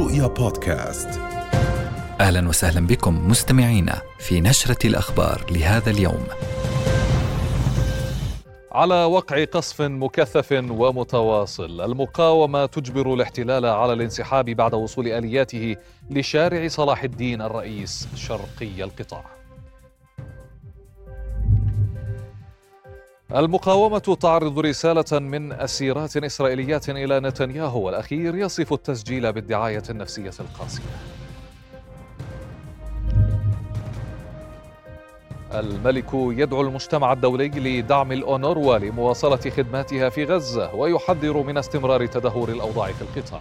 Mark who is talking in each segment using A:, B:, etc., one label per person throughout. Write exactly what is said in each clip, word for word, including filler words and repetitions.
A: رؤيا بودكاست.
B: أهلا وسهلا بكم مستمعينا في نشرة الأخبار لهذا اليوم.
C: على وقع قصف مكثف ومتواصل، المقاومة تجبر الاحتلال على الانسحاب بعد وصول آلياته لشارع صلاح الدين الرئيس شرقي القطاع. المقاومة تعرض رسالة من أسيرات إسرائيليات إلى نتنياهو، والأخير يصف التسجيل بالدعاية النفسية القاسية. الملك يدعو المجتمع الدولي لدعم الأونروا لمواصلة خدماتها في غزة، ويحذر من استمرار تدهور الأوضاع في القطاع.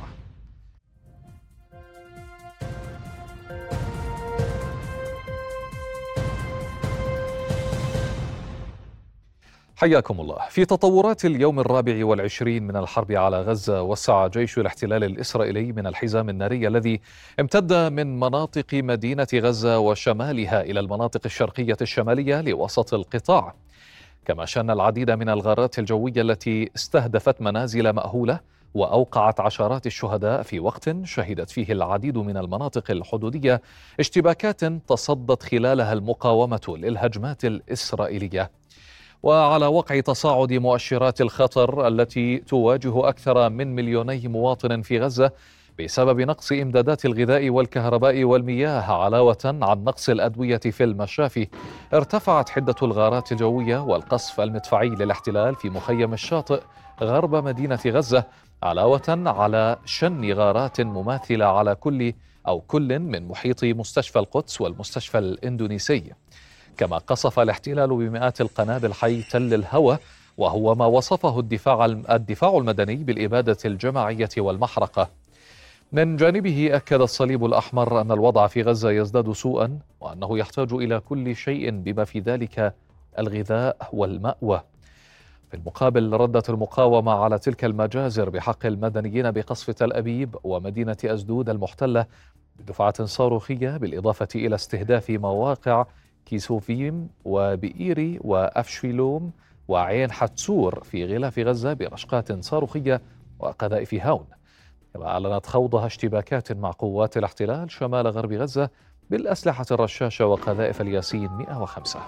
C: حياكم الله. في تطورات اليوم الرابع والعشرين من الحرب على غزة، وسع جيش الاحتلال الإسرائيلي من الحزام الناري الذي امتد من مناطق مدينة غزة وشمالها إلى المناطق الشرقية الشمالية لوسط القطاع، كما شن العديد من الغارات الجوية التي استهدفت منازل مأهولة وأوقعت عشرات الشهداء في وقت شهدت فيه العديد من المناطق الحدودية اشتباكات تصدت خلالها المقاومة للهجمات الإسرائيلية. وعلى وقع تصاعد مؤشرات الخطر التي تواجه أكثر من مليوني مواطن في غزة بسبب نقص إمدادات الغذاء والكهرباء والمياه، علاوة عن نقص الأدوية في المشافي، ارتفعت حدة الغارات الجوية والقصف المدفعي للاحتلال في مخيم الشاطئ غرب مدينة غزة، علاوة على شن غارات مماثلة على كل أو كل من محيط مستشفى القدس والمستشفى الإندونيسي. كما قصف الاحتلال بمئات القنابل حي تل الهوى، وهو ما وصفه الدفاع الدفاع المدني بالإبادة الجماعية والمحرقة. من جانبه أكد الصليب الأحمر أن الوضع في غزة يزداد سوءا، وأنه يحتاج إلى كل شيء بما في ذلك الغذاء والمأوى. في المقابل ردت المقاومة على تلك المجازر بحق المدنيين بقصف تل أبيب ومدينة أسدود المحتلة بدفعة صاروخية، بالإضافة إلى استهداف مواقع كيسوفيم وبئيري وأفشيلوم وعين حتسور في غلاف غزة برشقات صاروخية وقذائف هاون. كما أعلنت خوضها اشتباكات مع قوات الاحتلال شمال غرب غزة بالأسلحة الرشاشة وقذائف الياسين مئة وخمسة.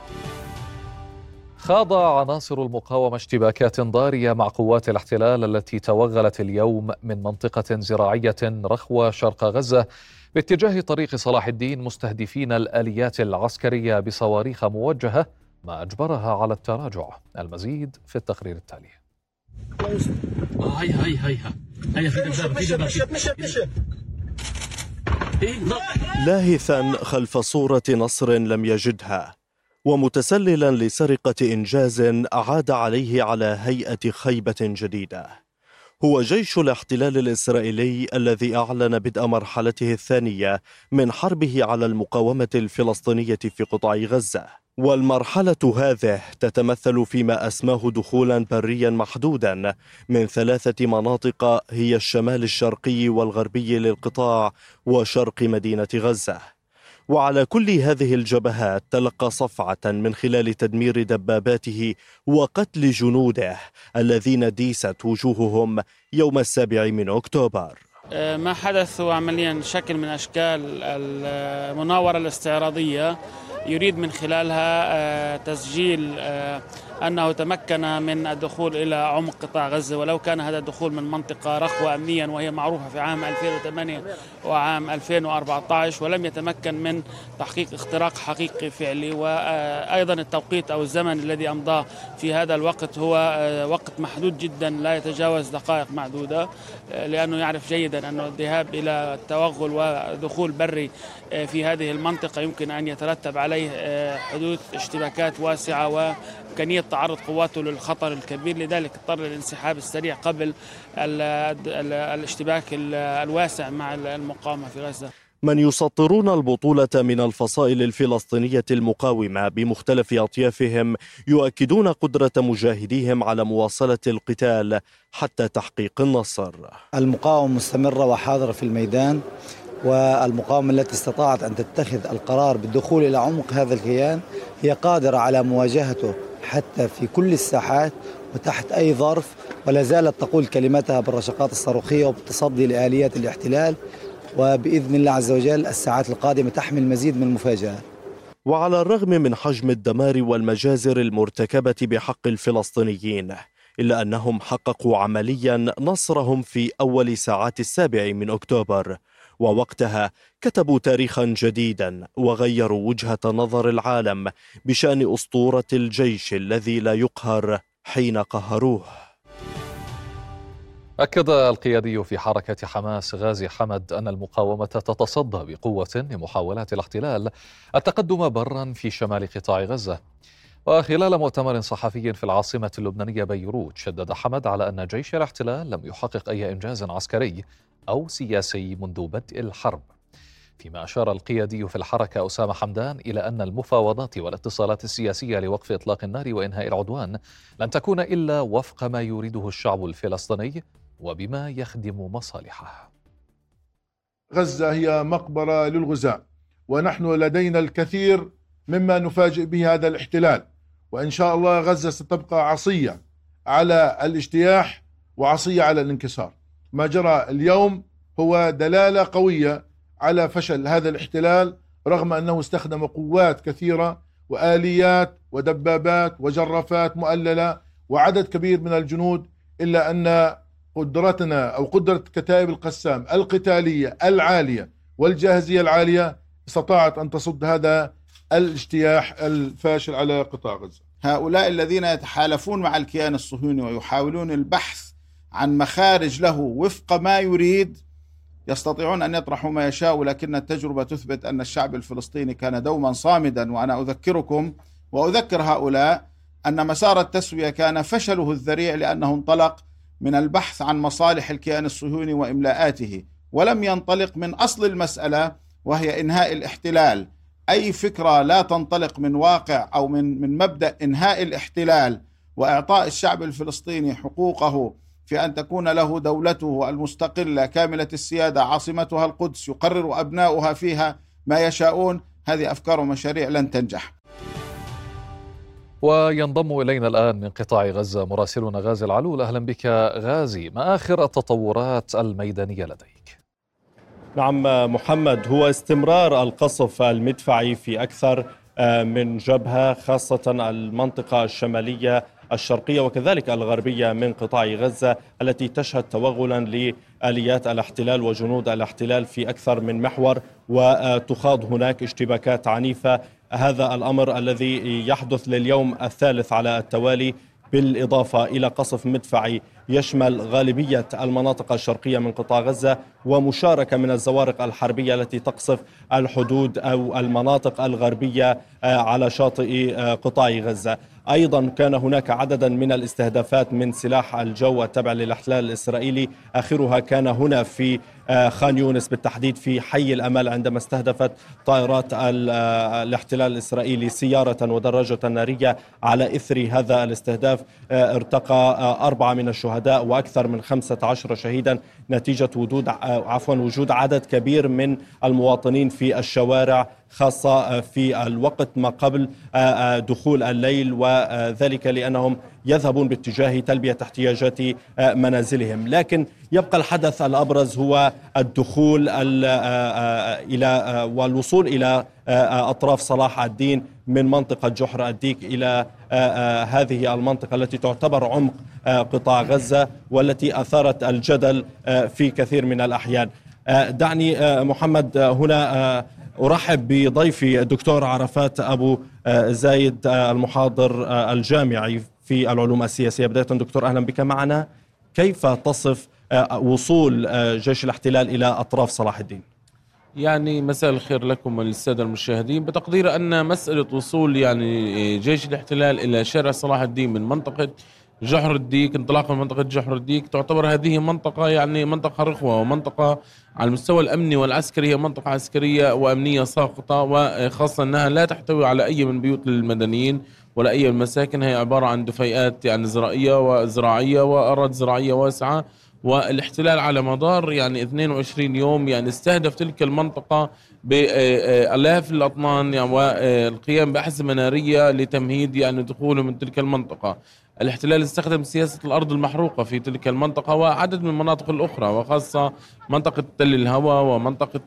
C: خاض عناصر المقاومة اشتباكات ضارية مع قوات الاحتلال التي توغلت اليوم من منطقة زراعية رخوة شرق غزة باتجاه طريق صلاح الدين، مستهدفين الآليات العسكرية بصواريخ موجهة، ما أجبرها على التراجع. المزيد في التقرير التالي.
D: هاي هاي هاي هاي
E: لاهثا خلف صورة نصر لم يجدها، ومتسللا لسرقة إنجاز أعاد عليه على هيئة خيبة جديدة، هو جيش الاحتلال الإسرائيلي الذي أعلن بدء مرحلته الثانية من حربه على المقاومة الفلسطينية في قطاع غزة. والمرحلة هذه تتمثل فيما أسماه دخولا بريا محدودا من ثلاثة مناطق هي الشمال الشرقي والغربي للقطاع وشرق مدينة غزة. وعلى كل هذه الجبهات تلقى صفعة من خلال تدمير دباباته وقتل جنوده الذين ديست وجوههم يوم السابع من أكتوبر.
D: ما حدث هو عمليا شكل من أشكال المناورة الاستعراضية يريد من خلالها تسجيل أنه تمكن من الدخول إلى عمق قطاع غزة، ولو كان هذا الدخول من منطقة رخوة أمنيا وهي معروفة في عام ألفين وثمانية وعام ألفين وأربعة عشر، ولم يتمكن من تحقيق اختراق حقيقي فعلي. وأيضا التوقيت أو الزمن الذي أمضاه في هذا الوقت هو وقت محدود جدا لا يتجاوز دقائق معدودة، لأنه يعرف جيدا أن الذهاب إلى التوغل ودخول بري في هذه المنطقة يمكن أن يترتب عليه حدوث اشتباكات واسعة وإمكانية تعرض قواته للخطر الكبير. لذلك اضطر للانسحاب السريع قبل الاشتباك الواسع مع المقاومة في غزة.
E: من يسطرون البطولة من الفصائل الفلسطينية المقاومة بمختلف أطيافهم يؤكدون قدرة مجاهديهم على مواصلة القتال حتى تحقيق النصر.
F: المقاومة مستمرة وحاضرة في الميدان، والمقاومة التي استطاعت أن تتخذ القرار بالدخول إلى عمق هذا الكيان هي قادرة على مواجهته حتى في كل الساحات وتحت أي ظرف، ولا زالت تقول كلمتها بالرشقات الصاروخية وبالتصدي لآليات الاحتلال وبإذن الله عز وجل الساعات القادمة تحمل مزيد من المفاجآت.
E: وعلى الرغم من حجم الدمار والمجازر المرتكبة بحق الفلسطينيين، إلا أنهم حققوا عمليا نصرهم في أول ساعات السابع من أكتوبر، ووقتها كتبوا تاريخا جديدا وغيروا وجهة نظر العالم بشأن أسطورة الجيش الذي لا يقهر حين قهروه.
C: أكد القيادي في حركة حماس غازي حمد أن المقاومة تتصدى بقوة لمحاولات الاحتلال التقدم برا في شمال قطاع غزة. وخلال مؤتمر صحفي في العاصمة اللبنانية بيروت، شدد حمد على أن جيش الاحتلال لم يحقق أي إنجاز عسكري أو سياسي منذ بدء الحرب. فيما أشار القيادي في الحركة أسامة حمدان إلى أن المفاوضات والاتصالات السياسية لوقف إطلاق النار وإنهاء العدوان لن تكون إلا وفق ما يريده الشعب الفلسطيني وبما يخدم مصالحه.
A: غزة هي مقبرة للغزاة، ونحن لدينا الكثير مما نفاجئ به هذا الاحتلال، وإن شاء الله غزة ستبقى عصية على الاجتياح وعصية على الانكسار. ما جرى اليوم هو دلالة قوية على فشل هذا الاحتلال، رغم أنه استخدم قوات كثيرة وآليات ودبابات وجرافات مؤللة وعدد كبير من الجنود، إلا أن قدرتنا أو قدرة كتائب القسام القتالية العالية والجاهزية العالية استطاعت أن تصد هذا الاجتياح الفاشل على قطاع غزة.
G: هؤلاء الذين يتحالفون مع الكيان الصهيوني ويحاولون البحث عن مخارج له وفق ما يريد يستطيعون أن يطرحوا ما يشاء، لكن التجربة تثبت أن الشعب الفلسطيني كان دوما صامدا. وأنا أذكركم وأذكر هؤلاء أن مسار التسوية كان فشله الذريع، لأنه انطلق من البحث عن مصالح الكيان الصهيوني وإملاءاته، ولم ينطلق من أصل المسألة وهي إنهاء الاحتلال. أي فكرة لا تنطلق من واقع أو من من مبدأ إنهاء الاحتلال وإعطاء الشعب الفلسطيني حقوقه في أن تكون له دولته المستقلة كاملة السيادة، عاصمتها القدس، يقرر أبناؤها فيها ما يشاءون، هذه أفكار ومشاريع لن تنجح.
C: وينضم إلينا الآن من قطاع غزة مراسلنا غازي العلول. أهلا بك غازي، ما آخر التطورات الميدانية لديك؟
H: نعم محمد، هو استمرار القصف المدفعي في أكثر من جبهة، خاصة المنطقة الشمالية الشرقية وكذلك الغربية من قطاع غزة التي تشهد توغلا لآليات الاحتلال وجنود الاحتلال في أكثر من محور، وتخاض هناك اشتباكات عنيفة. هذا الأمر الذي يحدث لليوم الثالث على التوالي، بالإضافة إلى قصف مدفعي يشمل غالبية المناطق الشرقية من قطاع غزة، ومشاركة من الزوارق الحربية التي تقصف الحدود أو المناطق الغربية على شاطئ قطاع غزة. أيضا كان هناك عددا من الاستهدافات من سلاح الجو التابع للاحتلال الإسرائيلي، آخرها كان هنا في خان يونس بالتحديد في حي الأمل، عندما استهدفت طائرات الاحتلال الإسرائيلي سيارة ودراجة نارية. على إثر هذا الاستهداف ارتقى أربعة من الشهداء وأكثر من خمسة عشر شهيدا نتيجة وجود عفوا وجود عدد كبير من المواطنين في الشوارع، خاصة في الوقت ما قبل دخول الليل، وذلك لأنهم يذهبون باتجاه تلبية احتياجات منازلهم. لكن يبقى الحدث الأبرز هو الدخول إلى والوصول إلى أطراف صلاح الدين من منطقة جحر الديك إلى هذه المنطقة التي تعتبر عمق قطاع غزة والتي أثارت الجدل في كثير من الأحيان. دعني محمد هنا أرحب بضيفي الدكتور عرفات أبو زايد المحاضر الجامعي في العلوم السياسية. بداية دكتور أهلا بك معنا، كيف تصف وصول جيش الاحتلال إلى أطراف صلاح الدين؟
I: يعني مساء الخير لكم وللسادة المشاهدين. بتقدير أن مسألة وصول يعني جيش الاحتلال إلى شارع صلاح الدين من منطقة جحر الديك، انطلاقا من منطقة جحر الديك، تعتبر هذه منطقة يعني منطقة رخوة، ومنطقة على المستوى الأمني والعسكري هي منطقة عسكرية وأمنية ساقطة، وخاصة أنها لا تحتوي على أي من بيوت للمدنيين ولا أي من المساكن. هي عبارة عن دفيئات يعني زراعية وزراعية وأراضي زراعية واسعة، والاحتلال على مدار يعني اثنين وعشرين يوم يعني استهدف تلك المنطقة بآلاف الأطنان يعني والقيام بأحزمة نارية لتمهيد يعني دخوله من تلك المنطقة. الاحتلال استخدم سياسة الأرض المحروقة في تلك المنطقة وعدد من المناطق الأخرى، وخاصة منطقة تل الهوى ومنطقة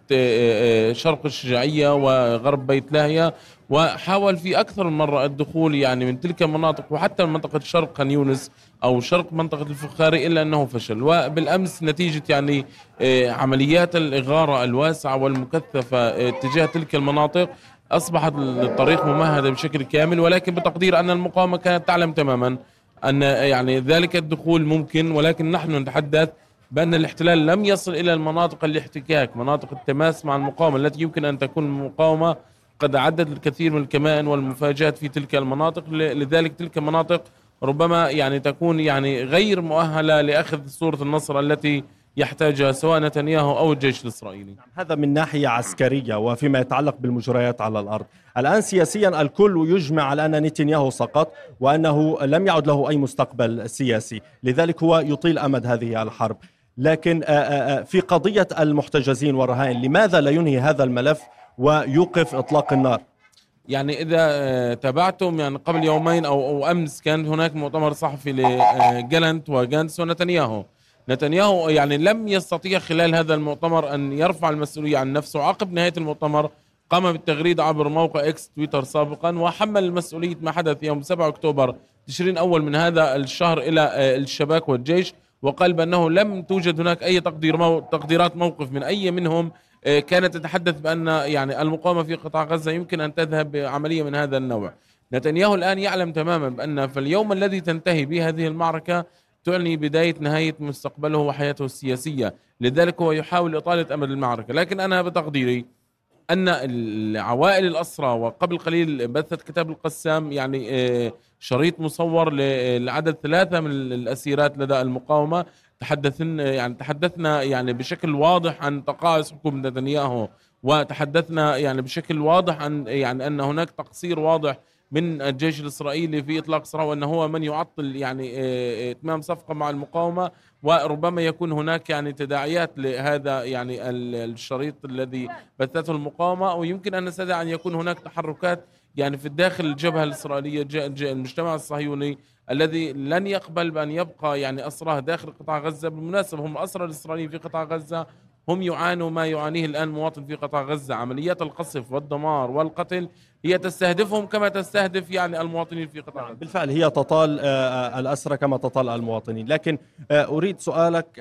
I: شرق الشجاعية وغرب بيت لاهيا، وحاول في أكثر من مرة الدخول يعني من تلك المناطق وحتى من منطقة شرق خان يونس أو شرق منطقة الفخاري، إلا أنه فشل. وبالأمس نتيجة يعني عمليات الإغارة الواسعة والمكثفة تجاه تلك المناطق أصبحت الطريق ممهدة بشكل كامل، ولكن بتقدير أن المقاومة كانت تعلم تماما أن يعني ذلك الدخول ممكن، ولكن نحن نتحدث بأن الاحتلال لم يصل إلى المناطق الاحتكاك، مناطق التماس مع المقاومة التي يمكن أن تكون المقاومة قد عدت الكثير من الكمائن والمفاجآت في تلك المناطق. لذلك تلك المناطق ربما يعني تكون يعني غير مؤهلة لأخذ صورة النصر التي يحتاجها سواء نتنياهو أو الجيش الإسرائيلي.
E: هذا من ناحية عسكرية وفيما يتعلق بالمجريات على الأرض. الآن سياسيا الكل يجمع على أن نتنياهو سقط وأنه لم يعد له أي مستقبل سياسي، لذلك هو يطيل أمد هذه الحرب. لكن في قضية المحتجزين والرهائن لماذا لا ينهي هذا الملف ويوقف إطلاق النار؟
I: يعني إذا تابعتم يعني قبل يومين أو, أو أمس كان هناك مؤتمر صحفي لجالنت وجانس ونتنياهو. نتنياهو يعني لم يستطيع خلال هذا المؤتمر أن يرفع المسؤولية عن نفسه. عقب نهاية المؤتمر قام بالتغريدة عبر موقع إكس تويتر سابقا وحمل المسؤولية ما حدث يوم سبعة أكتوبر تشرين أول من هذا الشهر إلى الشباك والجيش، وقال بأنه لم توجد هناك أي تقدير مو تقديرات موقف من أي منهم كانت تتحدث بأن يعني المقاومة في قطاع غزة يمكن أن تذهب بعملية من هذا النوع. نتنياهو الآن يعلم تماما بأن في اليوم الذي تنتهي به هذه المعركة تعني بداية نهاية مستقبله وحياته السياسية، لذلك هو يحاول إطالة أمد المعركة. لكن أنا بتقديري أن العوائل الأسرى، وقبل قليل بثت كتاب القسام يعني شريط مصور لعدد ثلاثة من الأسيرات لدى المقاومة، تحدثنا يعني تحدثنا يعني بشكل واضح عن تقاعس حكومة نتنياهو، وتحدثنا يعني بشكل واضح عن يعني أن هناك تقصير واضح من الجيش الإسرائيلي في إطلاق سراح، وأنه هو من يعطل يعني إتمام صفقة مع المقاومة، وربما يكون هناك يعني تداعيات لهذا يعني الشريط الذي بثته المقاومة، ويمكن أن نستدعي أن يكون هناك تحركات يعني في الداخل الجبهة الإسرائيلية المجتمع الصهيوني الذي لن يقبل بأن يبقى يعني أسراه داخل قطاع غزة. بالمناسبة هم الأسرى الإسرائيليين في قطاع غزة هم يعانوا ما يعانيه الآن مواطن في قطاع غزة، عمليات القصف والدمار والقتل هي تستهدفهم كما تستهدف يعني المواطنين في قطاع غزة.
E: بالفعل هي تطال الأسرى كما تطال المواطنين. لكن أريد سؤالك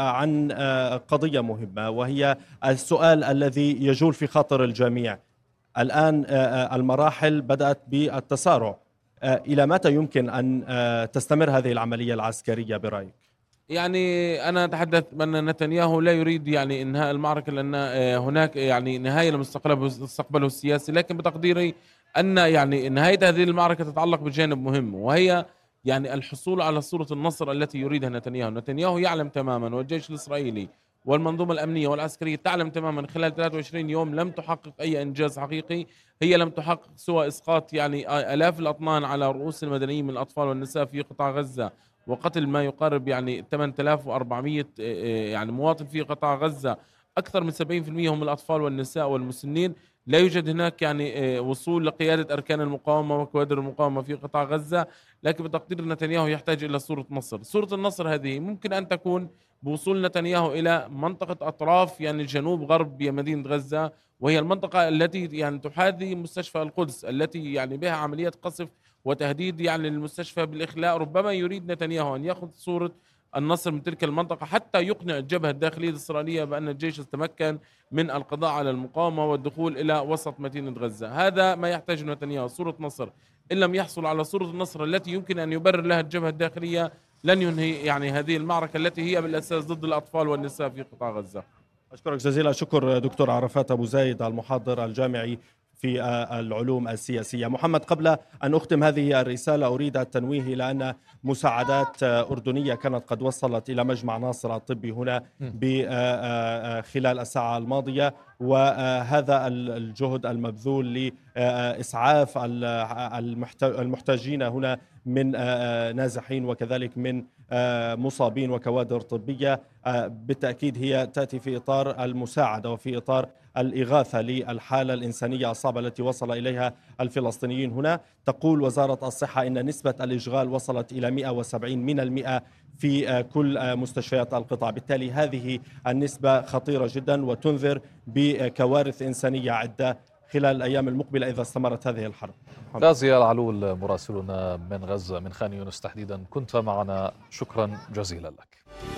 E: عن قضية مهمة، وهي السؤال الذي يجول في خاطر الجميع الآن. المراحل بدأت بالتسارع، إلى متى يمكن أن تستمر هذه العملية العسكرية برأيك؟
I: يعني أنا أتحدث بأن نتنياهو لا يريد يعني إنهاء المعركة، لأن هناك يعني نهاية لمستقبله السياسي، لكن بتقديري أن يعني نهاية هذه المعركة تتعلق بجانب مهم، وهي يعني الحصول على صورة النصر التي يريدها نتنياهو. نتنياهو يعلم تماما، والجيش الإسرائيلي والمنظومة الأمنية والعسكرية تعلم تماما خلال ثلاثة وعشرين يوم لم تحقق أي إنجاز حقيقي. هي لم تحقق سوى إسقاط يعني آلاف الأطنان على رؤوس المدنيين من الأطفال والنساء في قطاع غزة، وقتل ما يقارب يعني ثمانية آلاف وأربعمئة يعني مواطن في قطاع غزة، أكثر من سبعين بالمئة هم الأطفال والنساء والمسنين. لا يوجد هناك يعني وصول لقيادة أركان المقاومة وكوادر المقاومة في قطاع غزة. لكن بتقدير نتنياهو يحتاج إلى صورة نصر. صورة النصر هذه ممكن أن تكون بوصول نتنياهو إلى منطقة أطراف يعني جنوب غرب مدينة غزة، وهي المنطقة التي يعني تحاذي مستشفى القدس التي يعني بها عمليات قصف وتهديد يعني للمستشفى بالإخلاء. ربما يريد نتنياهو أن يأخذ صورة النصر من تلك المنطقة حتى يقنع الجبهة الداخلية الإسرائيلية بأن الجيش استمكن من القضاء على المقاومة والدخول إلى وسط مدينة غزة. هذا ما يحتاج نتنياهو، صورة نصر. إن لم يحصل على صورة النصر التي يمكن أن يبرر لها الجبهة الداخلية لن ينهي يعني هذه المعركة التي هي بالأساس ضد الأطفال والنساء في قطاع غزة.
E: أشكرك جزيلا الشكر دكتور عرفات أبو زايد المحاضر الجامعي في العلوم السياسية. محمد، قبل أن أختم هذه الرسالة أريد التنويه إلى أن مساعدات أردنية كانت قد وصلت إلى مجمع ناصر الطبي هنا خلال الساعة الماضية،
H: وهذا الجهد المبذول لإسعاف المحتاجين هنا من نازحين وكذلك من مصابين وكوادر طبية بالتأكيد هي تأتي في إطار المساعدة وفي إطار الإغاثة للحالة الإنسانية الصعبة التي وصل إليها الفلسطينيين هنا. تقول وزارة الصحة إن نسبة الإشغال وصلت إلى مئة وسبعين من المئة في كل مستشفيات القطاع، بالتالي هذه النسبة خطيرة جدا وتنذر بكوارث إنسانية عدة خلال الأيام المقبلة إذا استمرت هذه الحرب.
C: غازي العلول مراسلنا من غزة من خان يونس تحديدا، كنت معنا، شكرا جزيلا لك.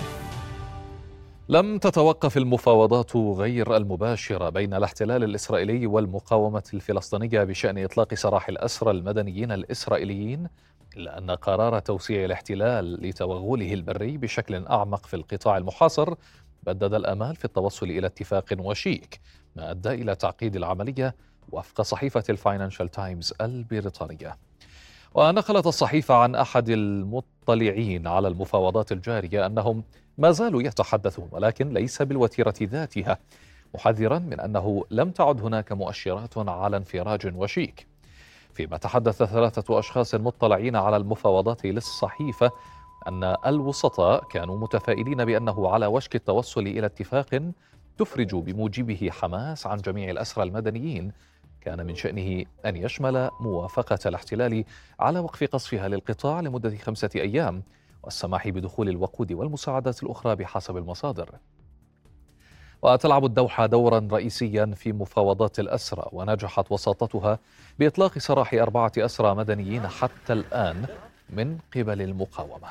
C: لم تتوقف المفاوضات غير المباشرة بين الاحتلال الإسرائيلي والمقاومة الفلسطينية بشأن إطلاق سراح الأسرى المدنيين الإسرائيليين، إلا أن قرار توسيع الاحتلال لتوغله البري بشكل أعمق في القطاع المحاصر بدد الآمال في التوصل إلى اتفاق وشيك، ما أدى إلى تعقيد العملية وفق صحيفة الفاينانشال تايمز البريطانية. ونقلت الصحيفة عن أحد المطلعين على المفاوضات الجارية أنهم ما زالوا يتحدثون ولكن ليس بالوتيرة ذاتها، محذرا من أنه لم تعد هناك مؤشرات على انفراج وشيك. فيما تحدث ثلاثة أشخاص مطلعين على المفاوضات للصحيفة أن الوسطاء كانوا متفائلين بأنه على وشك التوصل إلى اتفاق تفرج بموجبه حماس عن جميع الأسرى المدنيين، كان من شأنه أن يشمل موافقة الاحتلال على وقف قصفها للقطاع لمدة خمسة أيام والسماح بدخول الوقود والمساعدات الأخرى بحسب المصادر. وتلعب الدوحة دورا رئيسيا في مفاوضات الأسرى، ونجحت وساطتها بإطلاق سراح أربعة أسرى مدنيين حتى الآن من قبل المقاومة.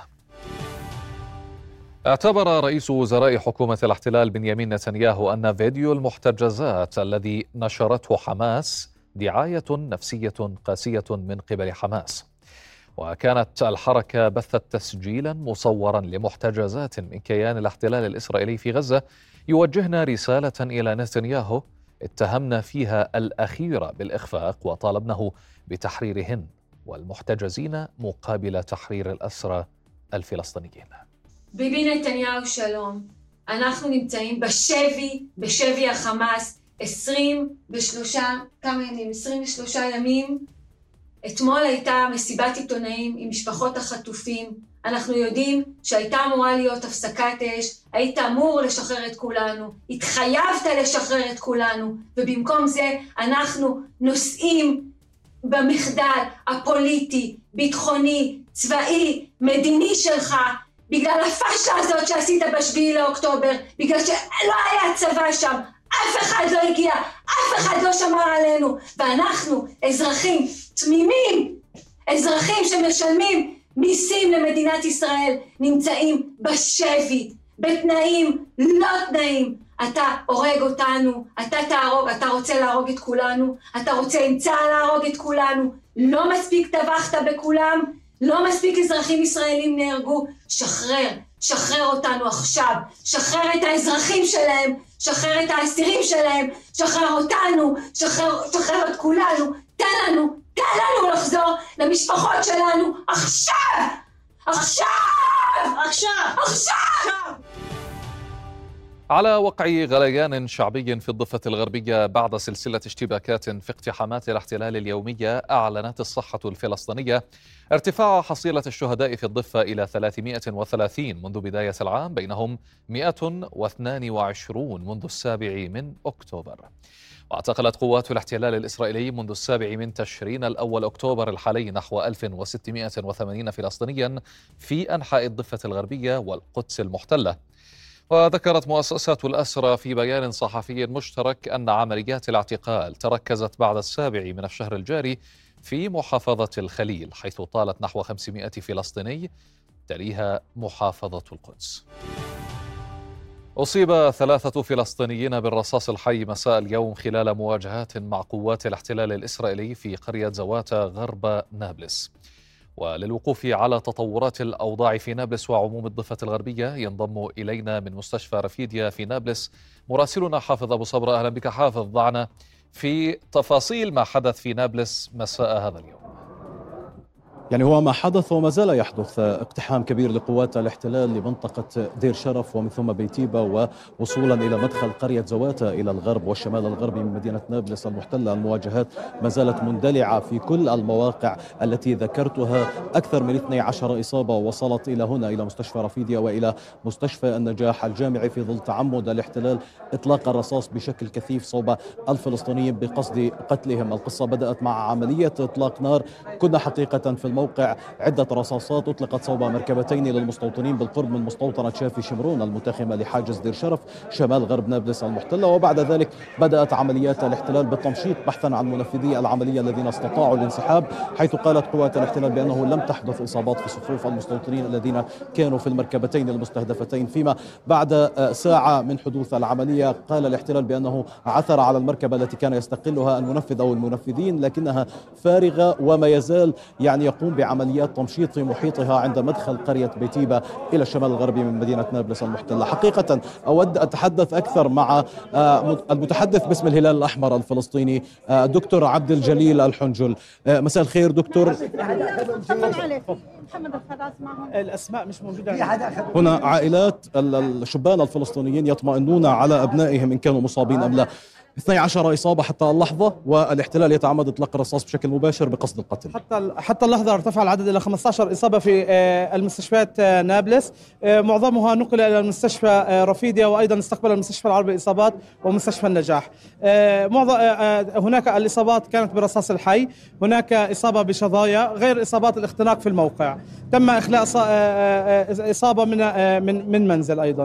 C: اعتبر رئيس وزراء حكومة الاحتلال بنيامين نتنياهو أن فيديو المحتجزات الذي نشرته حماس دعاية نفسية قاسية من قبل حماس. وكانت الحركة بثت تسجيلا مصورا لمحتجزات من كيان الاحتلال الإسرائيلي في غزة يوجهنا رسالة إلى نتنياهو اتهمنا فيها الأخير بالإخفاق وطالبناه بتحريرهن والمحتجزين مقابل تحرير الأسرى الفلسطينيين.
J: ביבי נתניהו שלום, אנחנו נמצאים בשבי, בשבי החמאס, עשרים ושלושה, כמה ימים? עשרים ושלושה ימים. אתמול הייתה מסיבת עיתונאים עם משפחות החטופים. אנחנו יודעים שהייתה אמורה להיות הפסקת אש, היית אמור לשחרר את כולנו, התחייבת לשחרר את כולנו, ובמקום זה אנחנו נושאים במחדל הפוליטי, ביטחוני, צבאי, מדיני שלך, בגלל הפשלה הזאת שעשית בשביעי לאוקטובר, בגלל שלא היה צבא שם, אף אחד לא הגיע, אף אחד לא שמר עלינו, ואנחנו אזרחים תמימים, אזרחים שמשלמים מיסים למדינת ישראל, נמצאים בשבי, בתנאים לא תנאים. אתה הורג אותנו, אתה תהרוג, אתה רוצה להרוג את כולנו, אתה רוצה עם צה"ל להרוג את כולנו, לא מספיק טבחת בכולם, לא מספיק אזרחים ישראלים נהרגו, שחרר, שחרר אותנו עכשיו, שחרר את האזרחים שלהם, שחרר את האסירים שלהם, שחרר אותנו, שחרר, שחרר את כולנו, תן לנו, תן לנו לחזור למשפחות שלנו עכשיו, עכשיו, עכשיו, עכשיו.
C: على وقع غليان شعبي في الضفة الغربية بعد سلسلة اشتباكات في اقتحامات الاحتلال اليومية، أعلنت الصحة الفلسطينية ارتفاع حصيلة الشهداء في الضفة إلى ثلاثمائة وثلاثين منذ بداية العام، بينهم مئة واثنين وعشرين منذ السابع من أكتوبر. واعتقلت قوات الاحتلال الإسرائيلي منذ السابع من تشرين الأول أكتوبر الحالي نحو ألف وستمائة وثمانين فلسطينيا في أنحاء الضفة الغربية والقدس المحتلة. وذكرت مؤسسات الأسرى في بيان صحفي مشترك أن عمليات الاعتقال تركزت بعد السابع من الشهر الجاري في محافظة الخليل، حيث طالت نحو خمسمائة فلسطيني، تليها محافظة القدس. أصيب ثلاثة فلسطينيين بالرصاص الحي مساء اليوم خلال مواجهات مع قوات الاحتلال الإسرائيلي في قرية زواتا غرب نابلس. وللوقوف على تطورات الأوضاع في نابلس وعموم الضفة الغربية ينضم إلينا من مستشفى رفيديا في نابلس مراسلنا حافظ أبو صبرة. أهلا بك حافظ، ضعنا في تفاصيل ما حدث في نابلس مساء هذا اليوم.
K: يعني هو ما حدث وما زال يحدث، اقتحام كبير لقوات الاحتلال لمنطقة دير شرف ومن ثم بيتيبا ووصولا إلى مدخل قرية زواتا إلى الغرب والشمال الغربي من مدينة نابلس المحتلة. المواجهات ما زالت مندلعة في كل المواقع التي ذكرتها. أكثر من اثنتي عشرة إصابة وصلت إلى هنا إلى مستشفى رفيديا وإلى مستشفى النجاح الجامعي في ظل تعمد الاحتلال إطلاق الرصاص بشكل كثيف صوب الفلسطينيين بقصد قتلهم. القصة بدأت مع عملية إطلاق نار. كنا حقيقة في الموقع عدة رصاصات أطلقت صوب مركبتين للمستوطنين بالقرب من مستوطنة شافي شمرون المتخمة لحاجز دير شرف شمال غرب نابلس المحتلة. وبعد ذلك بدأت عمليات الاحتلال بالتمشيط بحثا عن منفذي العملية الذين استطاعوا الانسحاب، حيث قالت قوات الاحتلال بأنه لم تحدث إصابات في صفوف المستوطنين الذين كانوا في المركبتين المستهدفتين. فيما بعد ساعة من حدوث العملية قال الاحتلال بأنه عثر على المركبة التي كان يستقلها المنفذ أو المنفذين لكنها فارغة، وما يزال يعني يقوم بعمليات تمشيط في محيطها عند مدخل قرية بيتيبا إلى الشمال الغربي من مدينة نابلس المحتلة. حقيقة أود أتحدث أكثر مع المتحدث باسم الهلال الأحمر الفلسطيني دكتور عبد الجليل الحنجل. مساء الخير دكتور.
L: الأسماء مش موجودة
K: هنا. عائلات الشبان الفلسطينيين يطمئنون على أبنائهم إن كانوا مصابين أم لا. اثنتي عشرة إصابة حتى اللحظة، والاحتلال يتعمد إطلاق الرصاص بشكل مباشر بقصد القتل.
L: حتى حتى اللحظة ارتفع العدد إلى خمسة عشر إصابة في المستشفيات نابلس، معظمها نقل إلى المستشفى رفيديا، وأيضا استقبل المستشفى العربي إصابات ومستشفى النجاح. معظم هناك الإصابات كانت برصاص الحي، هناك إصابة بشظايا، غير إصابات الاختناق في الموقع. تم إخلاء إصابة من من من منزل أيضا.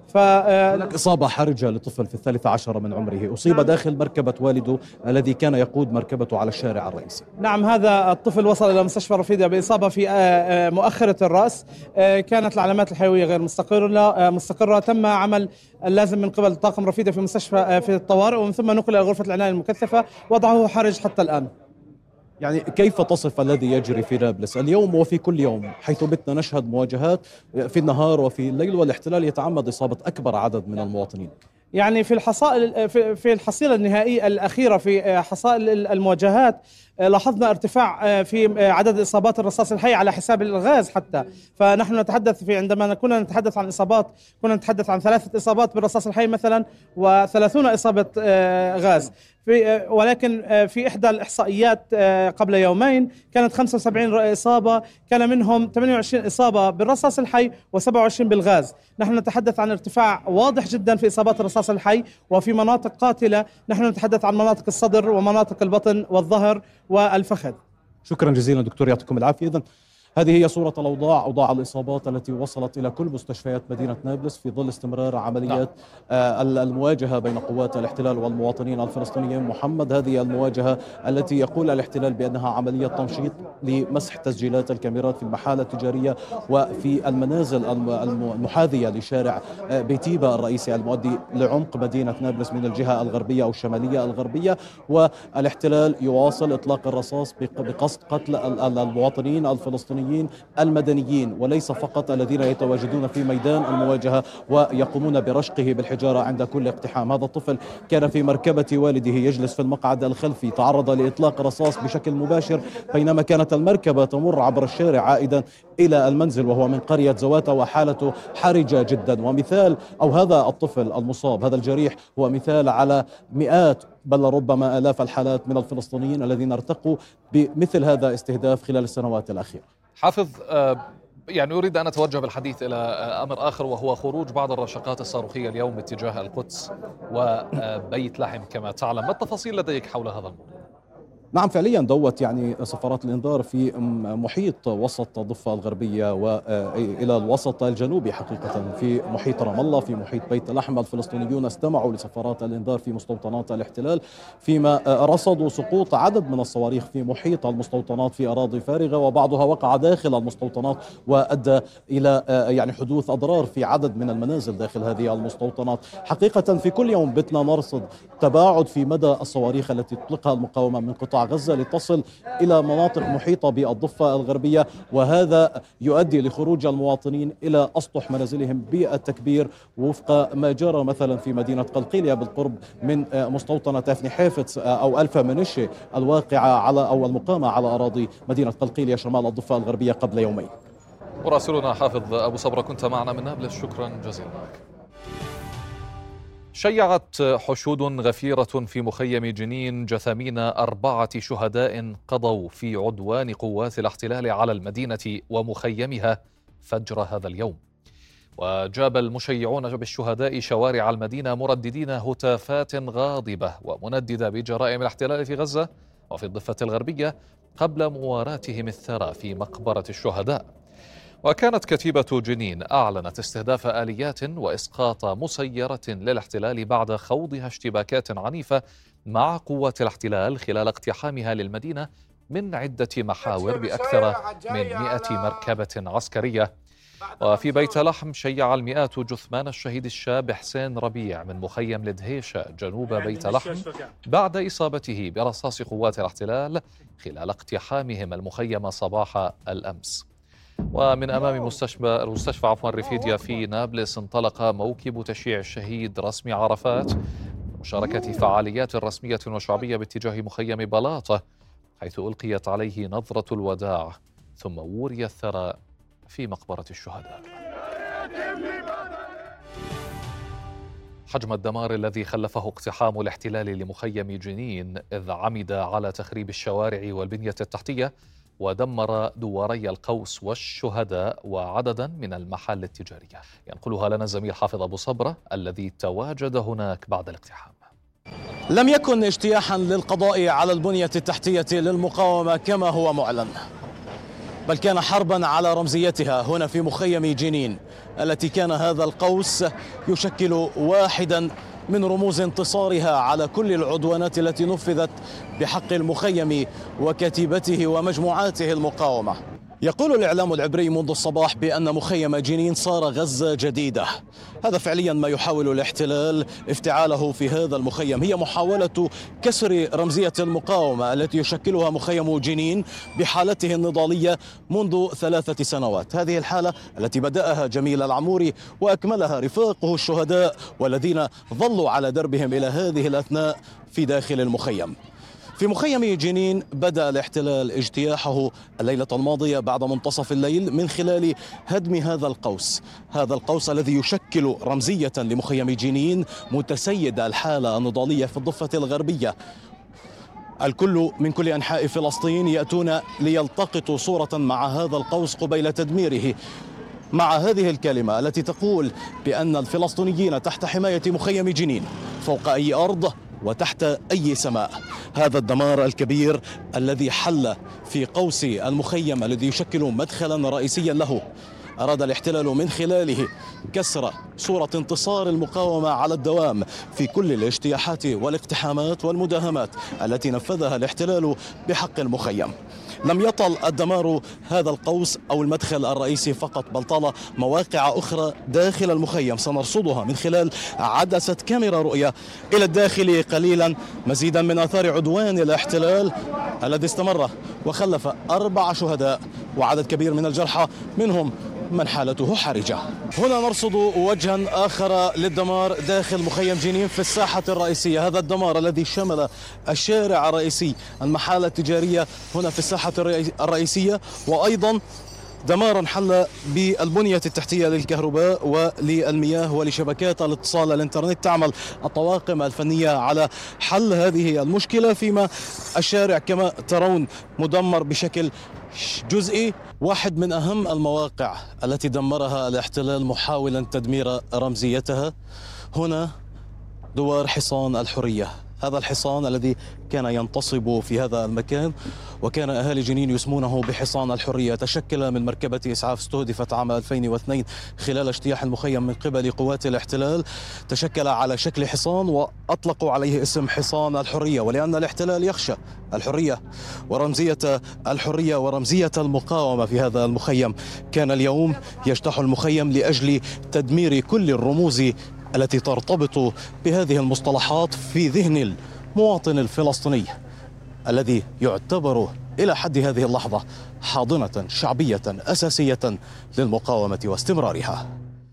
K: هناك إصابة حرجة لطفل في الثالثة عشرة من عمره أصيب نعم. داخل مركبة والده الذي كان يقود مركبته على الشارع الرئيسي.
L: نعم، هذا الطفل وصل إلى مستشفى رفيديا بإصابة في مؤخرة الرأس. كانت العلامات الحيوية غير مستقرة مستقرة تم عمل اللازم من قبل طاقم رفيديا في مستشفى في الطوارئ، ومن ثم نقل إلى غرفة العناية المكثفة، وضعه حرج حتى الآن.
K: يعني كيف تصف الذي يجري في نابلس اليوم وفي كل يوم، حيث بتنا نشهد مواجهات في النهار وفي الليل والاحتلال يتعمد إصابة أكبر عدد من المواطنين؟
L: يعني في الحصائل في الحصيلة النهائية الأخيرة في حصائل المواجهات لاحظنا ارتفاع في عدد إصابات الرصاص الحي على حساب الغاز حتى. فنحن نتحدث في عندما كنا نتحدث عن إصابات كنا نتحدث عن ثلاثة إصابات بالرصاص الحي مثلا وثلاثون إصابة غاز. في ولكن في إحدى الإحصائيات قبل يومين كانت خمسة وسبعين إصابة، كان منهم ثمانية وعشرين إصابة بالرصاص الحي وسبعة وعشرين بالغاز. نحن نتحدث عن ارتفاع واضح جدا في إصابات الرصاص الحي، وفي مناطق قاتلة نحن نتحدث عن مناطق الصدر ومناطق البطن والظهر والفخذ.
K: شكرا جزيلا دكتور، يعطيكم العافية. إذن هذه هي صورة الأوضاع، أوضاع الإصابات التي وصلت إلى كل مستشفيات مدينة نابلس في ظل استمرار عمليات آه المواجهة بين قوات الاحتلال والمواطنين الفلسطينيين. محمد، هذه المواجهة التي يقول الاحتلال بأنها عملية تمشيط لمسح تسجيلات الكاميرات في المحال التجارية وفي المنازل المحاذية لشارع بيتيبا الرئيسي المؤدي لعمق مدينة نابلس من الجهة الغربية أو الشمالية الغربية. والاحتلال يواصل إطلاق الرصاص بقصد قتل المواطنين الفلسطينيين المدنيين، وليس فقط الذين يتواجدون في ميدان المواجهة ويقومون برشقه بالحجارة عند كل اقتحام. هذا الطفل كان في مركبة والده يجلس في المقعد الخلفي، تعرض لإطلاق رصاص بشكل مباشر بينما كانت المركبة تمر عبر الشارع عائدا إلى المنزل وهو من قرية زواتا، وحالته حرجة جدا. ومثال أو هذا الطفل المصاب هذا الجريح هو مثال على مئات بل ربما آلاف الحالات من الفلسطينيين الذين ارتقوا بمثل هذا استهداف خلال السنوات الأخيرة.
C: حافظ، يعني أريد أن أتوجه بالحديث إلى أمر آخر، وهو خروج بعض الرشقات الصاروخية اليوم اتجاه القدس وبيت لحم كما تعلم. ما التفاصيل لديك حول هذا الموضوع؟
K: نعم، فعليا دوت يعني صفارات الإنذار في محيط وسط الضفة الغربية وإلى الوسط الجنوبي حقيقة في محيط رام الله، في محيط بيت لحم. الفلسطينيون استمعوا لصفارات الإنذار في مستوطنات الاحتلال، فيما رصدوا سقوط عدد من الصواريخ في محيط المستوطنات في أراضي فارغة، وبعضها وقع داخل المستوطنات وأدى إلى يعني حدوث أضرار في عدد من المنازل داخل هذه المستوطنات. حقيقة في كل يوم بتنا نرصد تباعد في مدى الصواريخ التي تطلقها المقاومة من قطاع غزة لتصل إلى مناطق محيطة بالضفة الغربية، وهذا يؤدي لخروج المواطنين إلى أسطح منازلهم بالتكبير وفق ما جرى مثلا في مدينة قلقيلية بالقرب من مستوطنة أفني حافظ أو ألفا منشي الواقعة على أو المقامة على أراضي مدينة قلقيلية شمال الضفة الغربية قبل يومين.
C: مراسلنا حافظ أبو صبرة كنت معنا من نابلس، شكرا جزيلا. شيعت حشود غفيرة في مخيم جنين جثامين أربعة شهداء قضوا في عدوان قوات الاحتلال على المدينة ومخيمها فجر هذا اليوم. وجاب المشيعون بالشهداء شوارع المدينة مرددين هتافات غاضبة ومنددة بجرائم الاحتلال في غزة وفي الضفة الغربية قبل مواراتهم الثرى في مقبرة الشهداء. وكانت كتيبة جنين أعلنت استهداف آليات وإسقاط مسيرة للاحتلال بعد خوضها اشتباكات عنيفة مع قوات الاحتلال خلال اقتحامها للمدينة من عدة محاور بأكثر من مئة مركبة عسكرية. وفي بيت لحم شيع المئات جثمان الشهيد الشاب حسين ربيع من مخيم لدهيشة جنوب بيت لحم بعد إصابته برصاص قوات الاحتلال خلال اقتحامهم المخيم صباح الأمس. ومن أمام مستشفى مستشفى عفوا ريفيديا في نابلس انطلق موكب تشييع الشهيد رسمي عرفات بمشاركة فعاليات رسمية وشعبية باتجاه مخيم بلاطة، حيث ألقيت عليه نظرة الوداع ثم وري الثرى في مقبرة الشهداء. حجم الدمار الذي خلفه اقتحام الاحتلال لمخيم جنين إذ عمد على تخريب الشوارع والبنية التحتية ودمر دواري القوس والشهداء وعددا من المحال التجارية. ينقلها لنا الزميل حافظ أبو صبرة الذي تواجد هناك بعد الاقتحام.
M: لم يكن اجتياحا للقضاء على البنية التحتية للمقاومة كما هو معلن، بل كان حربا على رمزيتها هنا في مخيم جنين التي كان هذا القوس يشكل واحدا من رموز انتصارها على كل العدوانات التي نفذت بحق المخيم وكتيبته ومجموعاته المقاومة. يقول الإعلام العبري منذ الصباح بأن مخيم جنين صار غزة جديدة. هذا فعليا ما يحاول الاحتلال افتعاله في هذا المخيم، هي محاولة كسر رمزية المقاومة التي يشكلها مخيم جنين بحالته النضالية منذ ثلاثة سنوات. هذه الحالة التي بدأها جميل العموري وأكملها رفاقه الشهداء والذين ظلوا على دربهم إلى هذه الأثناء في داخل المخيم. في مخيم جنين بدأ الاحتلال اجتياحه الليلة الماضية بعد منتصف الليل من خلال هدم هذا القوس، هذا القوس الذي يشكل رمزية لمخيم جنين متسيد الحالة النضالية في الضفة الغربية. الكل من كل أنحاء فلسطين يأتون ليلتقطوا صورة مع هذا القوس قبيل تدميره، مع هذه الكلمة التي تقول بأن الفلسطينيين تحت حماية مخيم جنين فوق أي أرض وتحت أي سماء. هذا الدمار الكبير الذي حل في قوس المخيم الذي يشكل مدخلا رئيسيا له، أراد الاحتلال من خلاله كسر صورة انتصار المقاومة على الدوام في كل الاجتياحات والاقتحامات والمداهمات التي نفذها الاحتلال بحق المخيم. لم يطل الدمار هذا القوس أو المدخل الرئيسي فقط، بل طال مواقع أخرى داخل المخيم سنرصدها من خلال عدسة كاميرا رؤية إلى الداخل قليلا، مزيدا من آثار عدوان الاحتلال الذي استمر وخلف أربع شهداء وعدد كبير من الجرحى منهم من حالته حرجة. هنا نرصد وجها آخر للدمار داخل مخيم جنين في الساحة الرئيسية، هذا الدمار الذي شمل الشارع الرئيسي، المحال التجارية هنا في الساحة الرئيسية، وأيضا دمار حل بالبنية التحتية للكهرباء وللمياه ولشبكات الاتصال الانترنت. تعمل الطواقم الفنية على حل هذه المشكلة، فيما الشارع كما ترون مدمر بشكل جزئي. واحد من أهم المواقع التي دمرها الاحتلال محاولا تدمير رمزيتها هنا دوار حصان الحرية، هذا الحصان الذي كان ينتصب في هذا المكان وكان أهالي جنين يسمونه بحصان الحرية. تشكل من مركبة إسعاف استهدفت عام ألفين واثنين خلال اجتياح المخيم من قبل قوات الاحتلال، تشكل على شكل حصان وأطلقوا عليه اسم حصان الحرية، ولأن الاحتلال يخشى الحرية ورمزية الحرية ورمزية المقاومة في هذا المخيم، كان اليوم يجتاح المخيم لأجل تدمير كل الرموز التي ترتبط بهذه المصطلحات في ذهن المواطن الفلسطيني. الذي يعتبر إلى حد هذه اللحظة حاضنة شعبية أساسية للمقاومة واستمرارها.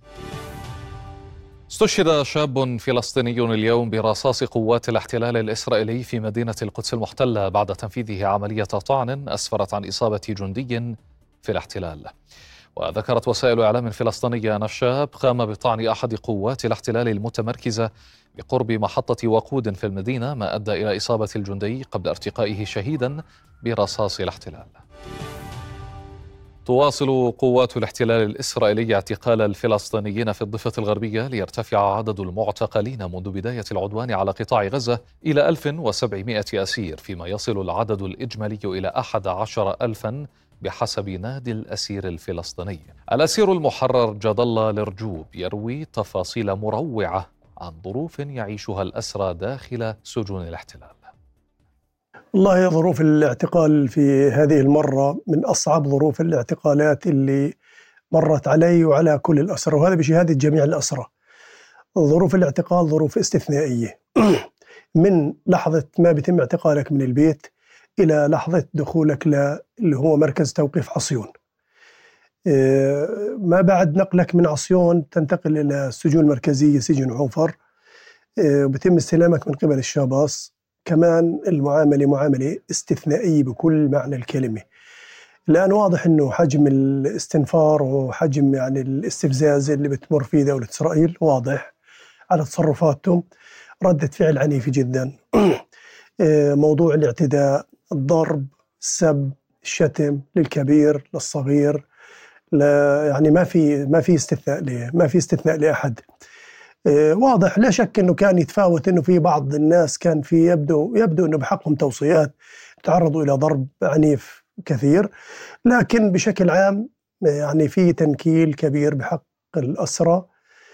C: استشهد شاب فلسطيني اليوم برصاص قوات الاحتلال الإسرائيلي في مدينة القدس المحتلة بعد تنفيذه عملية طعن أسفرت عن إصابة جندي في الاحتلال. وذكرت وسائل إعلام فلسطينية أن الشاب قام بطعن أحد قوات الاحتلال المتمركزة بقرب محطة وقود في المدينة، ما أدى إلى إصابة الجندي قبل ارتقائه شهيدا برصاص الاحتلال. تواصل قوات الاحتلال الإسرائيلي اعتقال الفلسطينيين في الضفة الغربية ليرتفع عدد المعتقلين منذ بداية العدوان على قطاع غزة إلى ألف وسبعمائة أسير، فيما يصل العدد الإجمالي إلى أحد عشر ألفا بحسب نادي الأسير الفلسطيني. الأسير المحرر جد الله الرجوب يروي تفاصيل مروعة عن ظروف يعيشها الأسرى داخل سجون الاحتلال.
N: والله ظروف الاعتقال في هذه المرة من أصعب ظروف الاعتقالات اللي مرت علي وعلى كل الأسرى، وهذا بشهادة جميع الأسرى. ظروف الاعتقال ظروف استثنائية من لحظة ما بيتم اعتقالك من البيت إلى لحظة دخولك اللي هو مركز توقيف عصيون. ما بعد نقلك من عصيون تنتقل إلى السجون المركزية سجن عوفر، وبيتم استلامك من قبل الشاباص. كمان المعاملة معاملة استثنائية بكل معنى الكلمة، لأن واضح أنه حجم الاستنفار وحجم يعني الاستفزاز اللي بتمر فيه دولة إسرائيل واضح على تصرفاتهم، ردة فعل عنيفة جدا. موضوع الاعتداء، الضرب، السب، الشتم للكبير للصغير، لا يعني ما في ما في استثناء له ما في استثناء لأحد. واضح لا شك انه كان يتفاوت انه في بعض الناس كان في يبدو يبدو انه بحقهم توصيات تعرضوا الى ضرب عنيف كثير، لكن بشكل عام يعني في تنكيل كبير بحق الأسرى،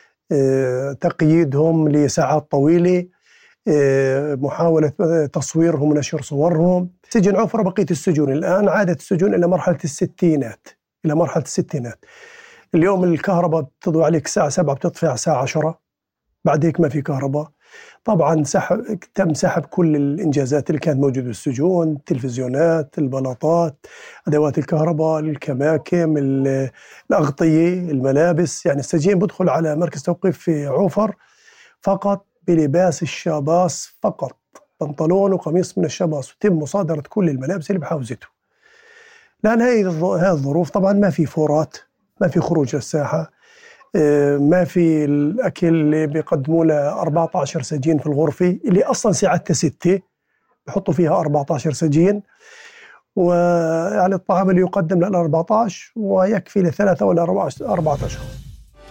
N: تقييدهم لساعات طويلة، محاولة تصويرهم ونشر صورهم. سجن عوفر بقية السجون الآن عادت السجون إلى مرحلة الستينات إلى مرحلة الستينات. اليوم الكهرباء بتضوي عليك الساعة سبعة بتطفي على الساعة عشرة، بعد هيك ما في كهرباء. طبعا سحب تم سحب كل الإنجازات اللي كانت موجودة بالسجون، التلفزيونات، البلاطات، أدوات الكهرباء، الكماكم، الأغطية، الملابس. يعني السجين بدخل على مركز توقيف في عوفر فقط بلباس الشاباص فقط، بنطلون وقميص من الشاباص، وتم مصادرة كل الملابس اللي بحوزته. لأن هذه الظروف طبعا ما في فورات، ما في خروج للساحة، ما في الأكل اللي بيقدموا له أربعة عشر سجين في الغرفة اللي أصلا ساعتها ستة، بحطوا فيها أربعة عشر سجين، ويعني الطعام اللي يقدم لل أربعة عشر ويكفي لثلاثة ولا أربعة أشخاص.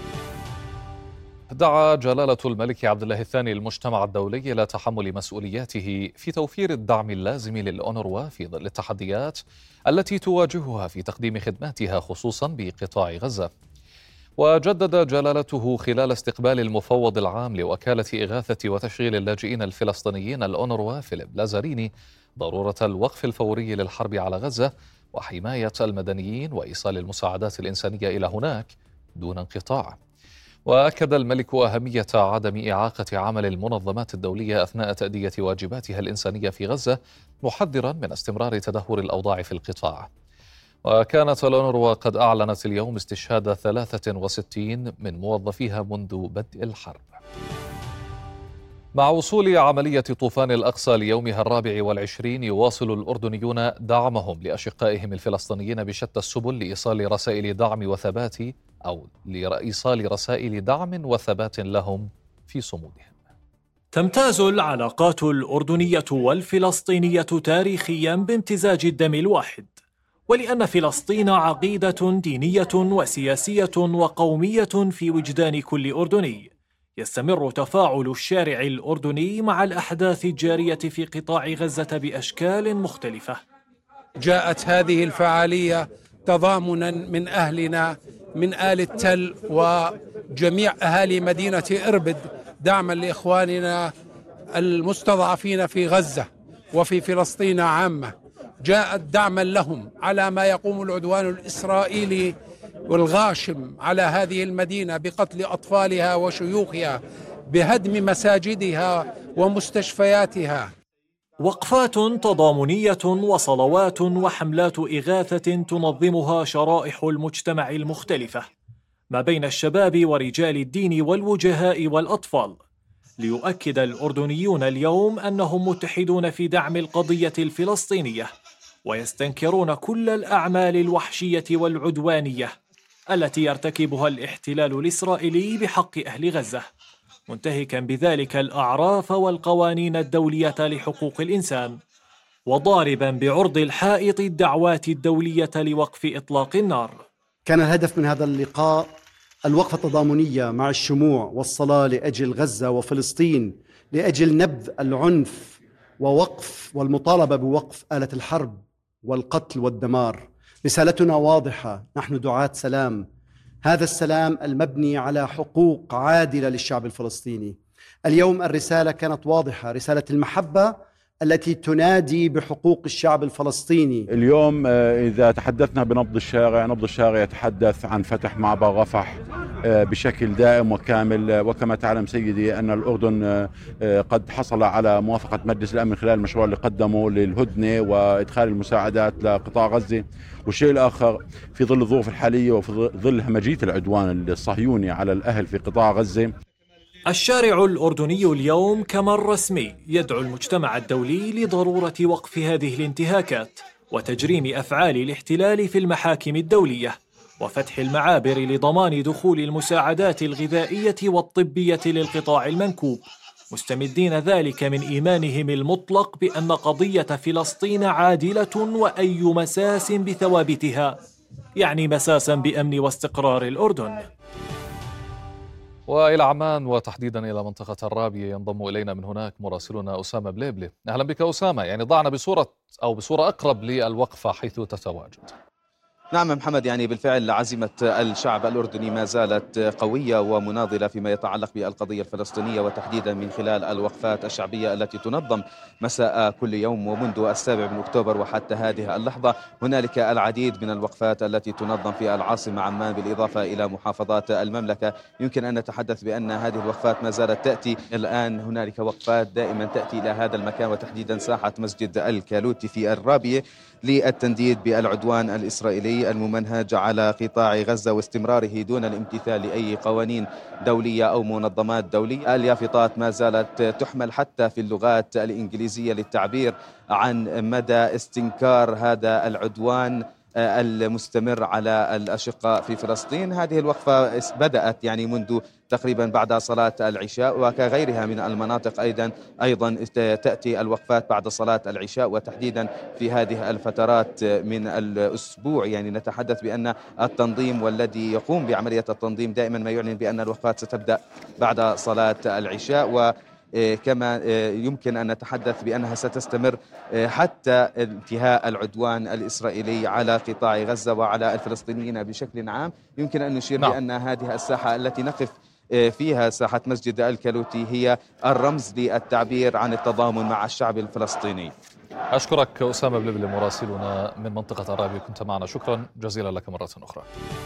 C: دعا جلالة الملك عبد الله الثاني المجتمع الدولي إلى تحمل مسؤولياته في توفير الدعم اللازم للأونروا في ظل التحديات التي تواجهها في تقديم خدماتها خصوصا بقطاع غزة. وجدد جلالته خلال استقبال المفوض العام لوكالة إغاثة وتشغيل اللاجئين الفلسطينيين الأونروا فيليب لازاريني ضرورة الوقف الفوري للحرب على غزة وحماية المدنيين وإيصال المساعدات الإنسانية إلى هناك دون انقطاع. وأكد الملك أهمية عدم إعاقة عمل المنظمات الدولية أثناء تأدية واجباتها الإنسانية في غزة، محذرا من استمرار تدهور الأوضاع في القطاع. وكانت الأونروا قد أعلنت اليوم استشهاد ثلاثة وستين من موظفيها منذ بدء الحرب. مع وصول عملية طوفان الأقصى ليومها الرابع والعشرين، يواصل الأردنيون دعمهم لأشقائهم الفلسطينيين بشتى السبل لإيصال رسائل دعم وثبات أو لإيصال رسائل دعم وثبات لهم في صمودهم.
O: تمتاز العلاقات الأردنية والفلسطينية تاريخيا بامتزاج الدم الواحد، ولأن فلسطين عقيدة دينية وسياسية وقومية في وجدان كل أردني، يستمر تفاعل الشارع الأردني مع الأحداث الجارية في قطاع غزة بأشكال مختلفة.
P: جاءت هذه الفعالية تضامنا من أهلنا من آل التل وجميع أهالي مدينة إربد، دعما لإخواننا المستضعفين في غزة وفي فلسطين عامة. جاءت دعما لهم على ما يقوم العدوان الإسرائيلي والغاشم على هذه المدينة بقتل أطفالها وشيوخها، بهدم مساجدها ومستشفياتها.
O: وقفات تضامنية وصلوات وحملات إغاثة تنظمها شرائح المجتمع المختلفة ما بين الشباب ورجال الدين والوجهاء والأطفال، ليؤكد الأردنيون اليوم أنهم متحدون في دعم القضية الفلسطينية، ويستنكرون كل الأعمال الوحشية والعدوانية التي يرتكبها الاحتلال الإسرائيلي بحق أهل غزة، منتهكا بذلك الأعراف والقوانين الدولية لحقوق الإنسان، وضاربا بعرض الحائط الدعوات الدولية لوقف إطلاق النار.
Q: كان الهدف من هذا اللقاء الوقفة التضامنية مع الشموع والصلاة لأجل غزة وفلسطين، لأجل نبذ العنف ووقف والمطالبة بوقف آلة الحرب والقتل والدمار. رسالتنا واضحة، نحن دعاة سلام، هذا السلام المبني على حقوق عادلة للشعب الفلسطيني. اليوم الرسالة كانت واضحة، رسالة المحبة التي تنادي بحقوق الشعب الفلسطيني.
R: اليوم إذا تحدثنا بنبض الشارع، نبض الشارع يتحدث عن فتح معبر رفح بشكل دائم وكامل، وكما تعلم سيدي أن الأردن قد حصل على موافقة مجلس الأمن خلال المشروع اللي قدمه للهدنة وإدخال المساعدات لقطاع غزة. والشيء الآخر في ظل الظروف الحالية وفي ظل همجية العدوان الصهيوني على الأهل في قطاع غزة،
O: الشارع الأردني اليوم كما الرسمي يدعو المجتمع الدولي لضرورة وقف هذه الانتهاكات وتجريم أفعال الاحتلال في المحاكم الدولية، وفتح المعابر لضمان دخول المساعدات الغذائية والطبية للقطاع المنكوب، مستمدين ذلك من إيمانهم المطلق بأن قضية فلسطين عادلة، وأي مساس بثوابتها يعني مساسا بأمن واستقرار الأردن.
C: وإلى عمان وتحديدا إلى منطقة الرابية ينضم إلينا من هناك مراسلنا أسامة بليبلي. أهلا بك أسامة، يعني ضعنا بصورة أو بصورة أقرب للوقفة حيث تتواجد.
S: نعم محمد، يعني بالفعل عزيمة الشعب الأردني ما زالت قوية ومناضلة فيما يتعلق بالقضية الفلسطينية، وتحديدا من خلال الوقفات الشعبية التي تنظم مساء كل يوم ومنذ السابع من أكتوبر وحتى هذه اللحظة. هنالك العديد من الوقفات التي تنظم في العاصمة عمان بالإضافة إلى محافظات المملكة. يمكن أن نتحدث بأن هذه الوقفات ما زالت تأتي الآن. هنالك وقفات دائما تأتي إلى هذا المكان وتحديدا ساحة مسجد الكالوتي في الرابية للتنديد بالعدوان الإسرائيلي الممنهج على قطاع غزة واستمراره دون الامتثال لأي قوانين دولية أو منظمات دولية. اليافطات ما زالت تحمل حتى في اللغات الإنجليزية للتعبير عن مدى استنكار هذا العدوان المستمر على الأشقاء في فلسطين. هذه الوقفة بدأت يعني منذ تقريبا بعد صلاة العشاء، وكغيرها من المناطق أيضا أيضا تأتي الوقفات بعد صلاة العشاء، وتحديدا في هذه الفترات من الأسبوع. يعني نتحدث بأن التنظيم والذي يقوم بعملية التنظيم دائما ما يعلن بأن الوقفات ستبدأ بعد صلاة العشاء، و كما يمكن أن نتحدث بأنها ستستمر حتى انتهاء العدوان الإسرائيلي على قطاع غزة وعلى الفلسطينيين بشكل عام. يمكن أن نشير نعم. بأن هذه الساحة التي نقف فيها ساحة مسجد الكالوتي هي الرمز للتعبير عن التضامن مع الشعب الفلسطيني.
C: أشكرك أسامة بلبلي مراسلنا من منطقة الرابية، كنت معنا، شكرا جزيلا لك مرة أخرى.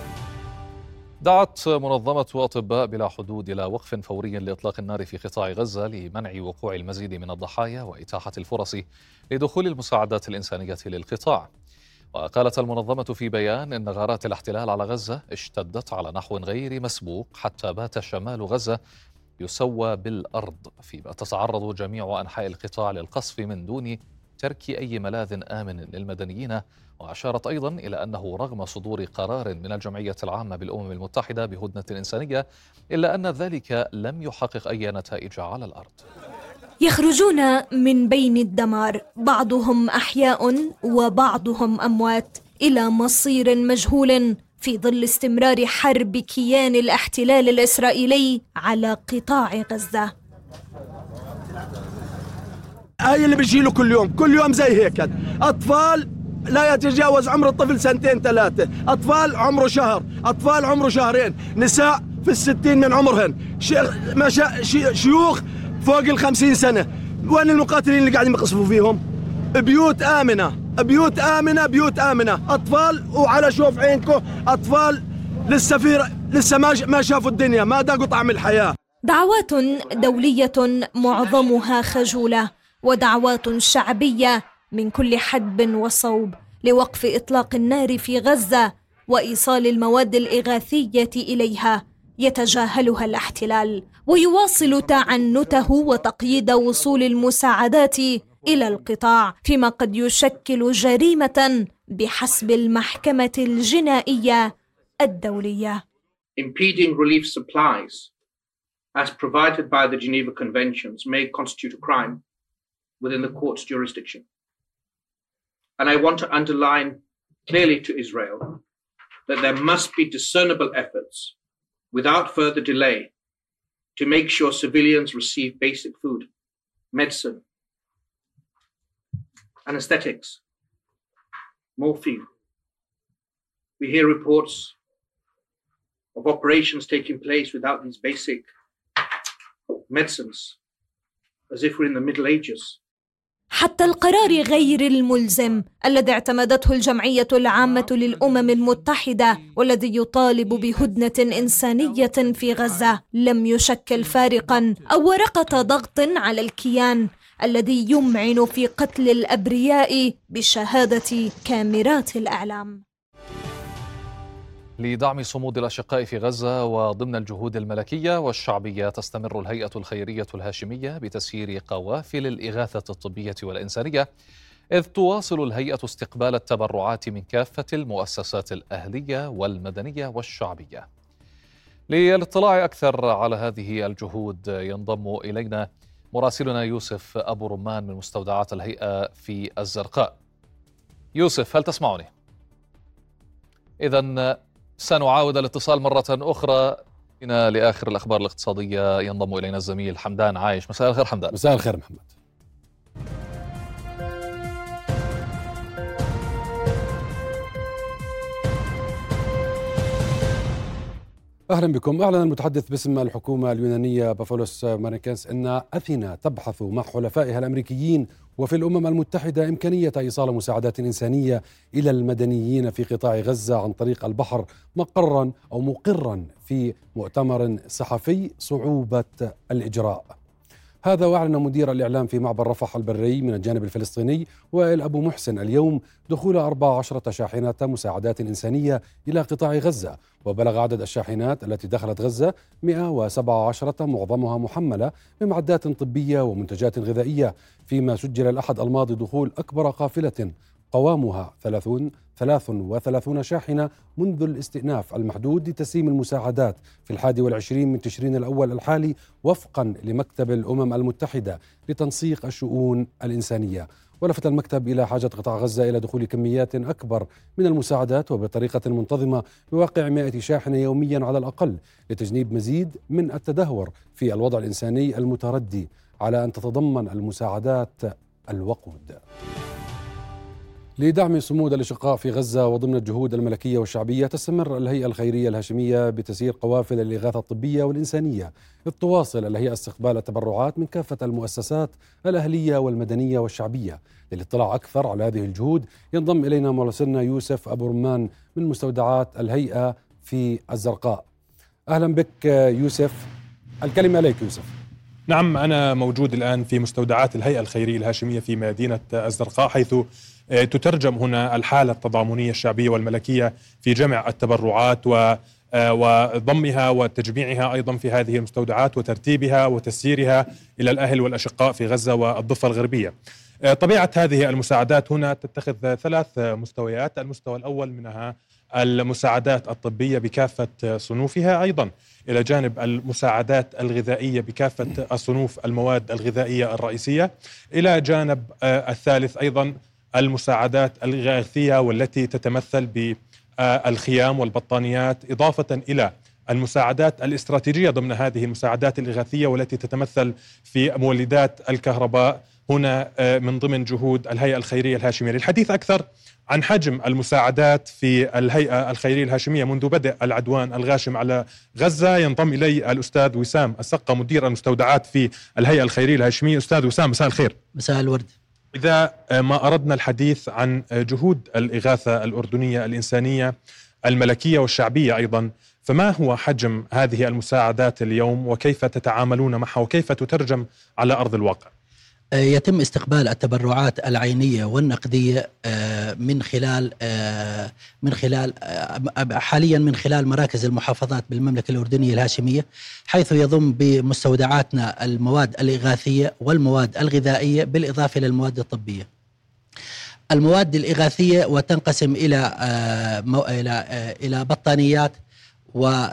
C: دعت منظمة أطباء بلا حدود إلى وقف فوري لإطلاق النار في قطاع غزة لمنع وقوع المزيد من الضحايا وإتاحة الفرص لدخول المساعدات الإنسانية للقطاع. وقالت المنظمة في بيان إن غارات الاحتلال على غزة اشتدت على نحو غير مسبوق حتى بات شمال غزة يسوى بالأرض، فيما تتعرض جميع أنحاء القطاع للقصف من دون ترك أي ملاذ آمن للمدنيين. وأشارت أيضا إلى أنه رغم صدور قرار من الجمعية العامة بالأمم المتحدة بهدنة إنسانية، إلا أن ذلك لم يحقق أي نتائج على الأرض.
T: يخرجون من بين الدمار، بعضهم أحياء وبعضهم أموات، إلى مصير مجهول في ظل استمرار حرب كيان الاحتلال الإسرائيلي على قطاع غزة.
U: هاي اللي بيشيلوا كل يوم كل يوم زي هيك، أطفال لا يتجاوز عمر الطفل سنتين ثلاثة، أطفال عمره شهر، أطفال عمره شهرين، نساء في الستين من عمرهن، شيوخ فوق الخمسين سنة. وين المقاتلين اللي قاعدين يقصفوا فيهم؟ بيوت آمنة، بيوت آمنة، بيوت آمنة، أطفال وعلى شوف عينكم أطفال لسه في لسه ما ما شافوا الدنيا، ما ذاقوا طعم الحياة.
T: دعوات دولية معظمها خجولة ودعوات شعبية من كل حدب وصوب لوقف إطلاق النار في غزة وإيصال المواد الإغاثية إليها يتجاهلها الاحتلال، ويواصل تعنته وتقييد وصول المساعدات إلى القطاع، فيما قد يشكل جريمة بحسب المحكمة الجنائية الدولية.
B: Impeding relief supplies as provided by the Geneva Conventions may constitute a crime within the court's jurisdiction. And I want to underline clearly to Israel that there must be discernible efforts without further delay to make sure civilians receive basic food, medicine, anesthetics, morphine. We hear reports of operations taking place without these basic medicines, as if we're in the Middle Ages.
T: حتى القرار غير الملزم الذي اعتمدته الجمعية العامة للأمم المتحدة والذي يطالب بهدنة إنسانية في غزة لم يشكل فارقاً أو ورقة ضغط على الكيان الذي يمعن في قتل الأبرياء بشهادة كاميرات الإعلام.
C: لدعم صمود الأشقاء في غزة وضمن الجهود الملكية والشعبية، تستمر الهيئة الخيرية الهاشمية بتسيير قوافل الإغاثة الطبية والإنسانية، إذ تواصل الهيئة استقبال التبرعات من كافة المؤسسات الأهلية والمدنية والشعبية. للاطلاع أكثر على هذه الجهود ينضم إلينا مراسلنا يوسف أبو رمان من مستودعات الهيئة في الزرقاء. يوسف، هل تسمعني؟ إذن سنعاود الاتصال مرة أخرى هنا لآخر الأخبار الاقتصادية. ينضم إلينا الزميل حمدان عايش. مساء الخير حمدان.
V: مساء الخير محمد. أهلا بكم. أعلن المتحدث باسم الحكومة اليونانية بافولوس مارينكس أن أثينا تبحث مع حلفائها الأمريكيين وفي الأمم المتحدة إمكانية إيصال مساعدات إنسانية إلى المدنيين في قطاع غزة عن طريق البحر، مقرا أو مقرا في مؤتمر صحفي صعوبة الإجراء. هذا وأعلن مدير الإعلام في معبر رفح البري من الجانب الفلسطيني وائل أبو محسن اليوم دخول أربع عشرة شاحنة مساعدات إنسانية إلى قطاع غزة، وبلغ عدد الشاحنات التي دخلت غزة مئة وسبعة عشر، معظمها محملة بمعدات طبية ومنتجات غذائية، فيما سجل الأحد الماضي دخول أكبر قافلة قوامها ثلاثون ثلاث وثلاثون شاحنة منذ الاستئناف المحدود لتسليم المساعدات في الحادي والعشرين من تشرين الأول الحالي، وفقا لمكتب الأمم المتحدة لتنسيق الشؤون الإنسانية. ولفت المكتب إلى حاجة قطاع غزة إلى دخول كميات أكبر من المساعدات وبطريقة منتظمة بواقع مئة شاحنة يوميا على الأقل، لتجنيب مزيد من التدهور في الوضع الإنساني المتردي، على أن تتضمن المساعدات الوقود. لدعم صمود الأشقاء في غزة وضمن الجهود الملكية والشعبية، تستمر الهيئة الخيرية الهاشمية بتسيير قوافل الإغاثة الطبية والإنسانية، إذ تواصل الهيئة استقبال التبرعات من كافة المؤسسات الأهلية والمدنية والشعبية. للاطلاع أكثر على هذه الجهود ينضم إلينا مراسلنا يوسف أبو رمان من مستودعات الهيئة في الزرقاء. أهلا بك يوسف، الكلمة عليك يوسف.
W: نعم، أنا موجود الآن في مستودعات الهيئة الخيرية الهاشمية في مدينة الزرقاء، حيث تترجم هنا الحالة التضامنية الشعبية والملكية في جمع التبرعات وضمها وتجميعها أيضا في هذه المستودعات وترتيبها وتسييرها إلى الأهل والأشقاء في غزة والضفة الغربية. طبيعة هذه المساعدات هنا تتخذ ثلاث مستويات. المستوى الأول منها المساعدات الطبية بكافة صنوفها، أيضا إلى جانب المساعدات الغذائية بكافة الصنوف المواد الغذائية الرئيسية، إلى جانب الثالث أيضا المساعدات الإغاثية والتي تتمثل بالخيام والبطانيات، إضافة إلى المساعدات الاستراتيجية ضمن هذه المساعدات الإغاثية والتي تتمثل في مولدات الكهرباء هنا من ضمن جهود الهيئة الخيرية الهاشمية. للحديث أكثر عن حجم المساعدات في الهيئة الخيرية الهاشمية منذ بدء العدوان الغاشم على غزة ينضم إلي الأستاذ وسام السقة مدير المستودعات في الهيئة الخيرية الهاشمية. أستاذ وسام، مساء الخير.
X: مساء الورد.
W: إذا ما أردنا الحديث عن جهود الإغاثة الأردنية الإنسانية الملكية والشعبية أيضا، فما هو حجم هذه المساعدات اليوم وكيف تتعاملون معها وكيف تترجم على أرض الواقع؟
A: يتم استقبال التبرعات العينية والنقدية من خلال من خلال حاليا من خلال مراكز المحافظات بالمملكة الأردنية الهاشمية، حيث يضم بمستودعاتنا المواد الإغاثية والمواد الغذائية بالإضافة إلى المواد الطبية. المواد الإغاثية وتنقسم إلى إلى إلى بطانيات و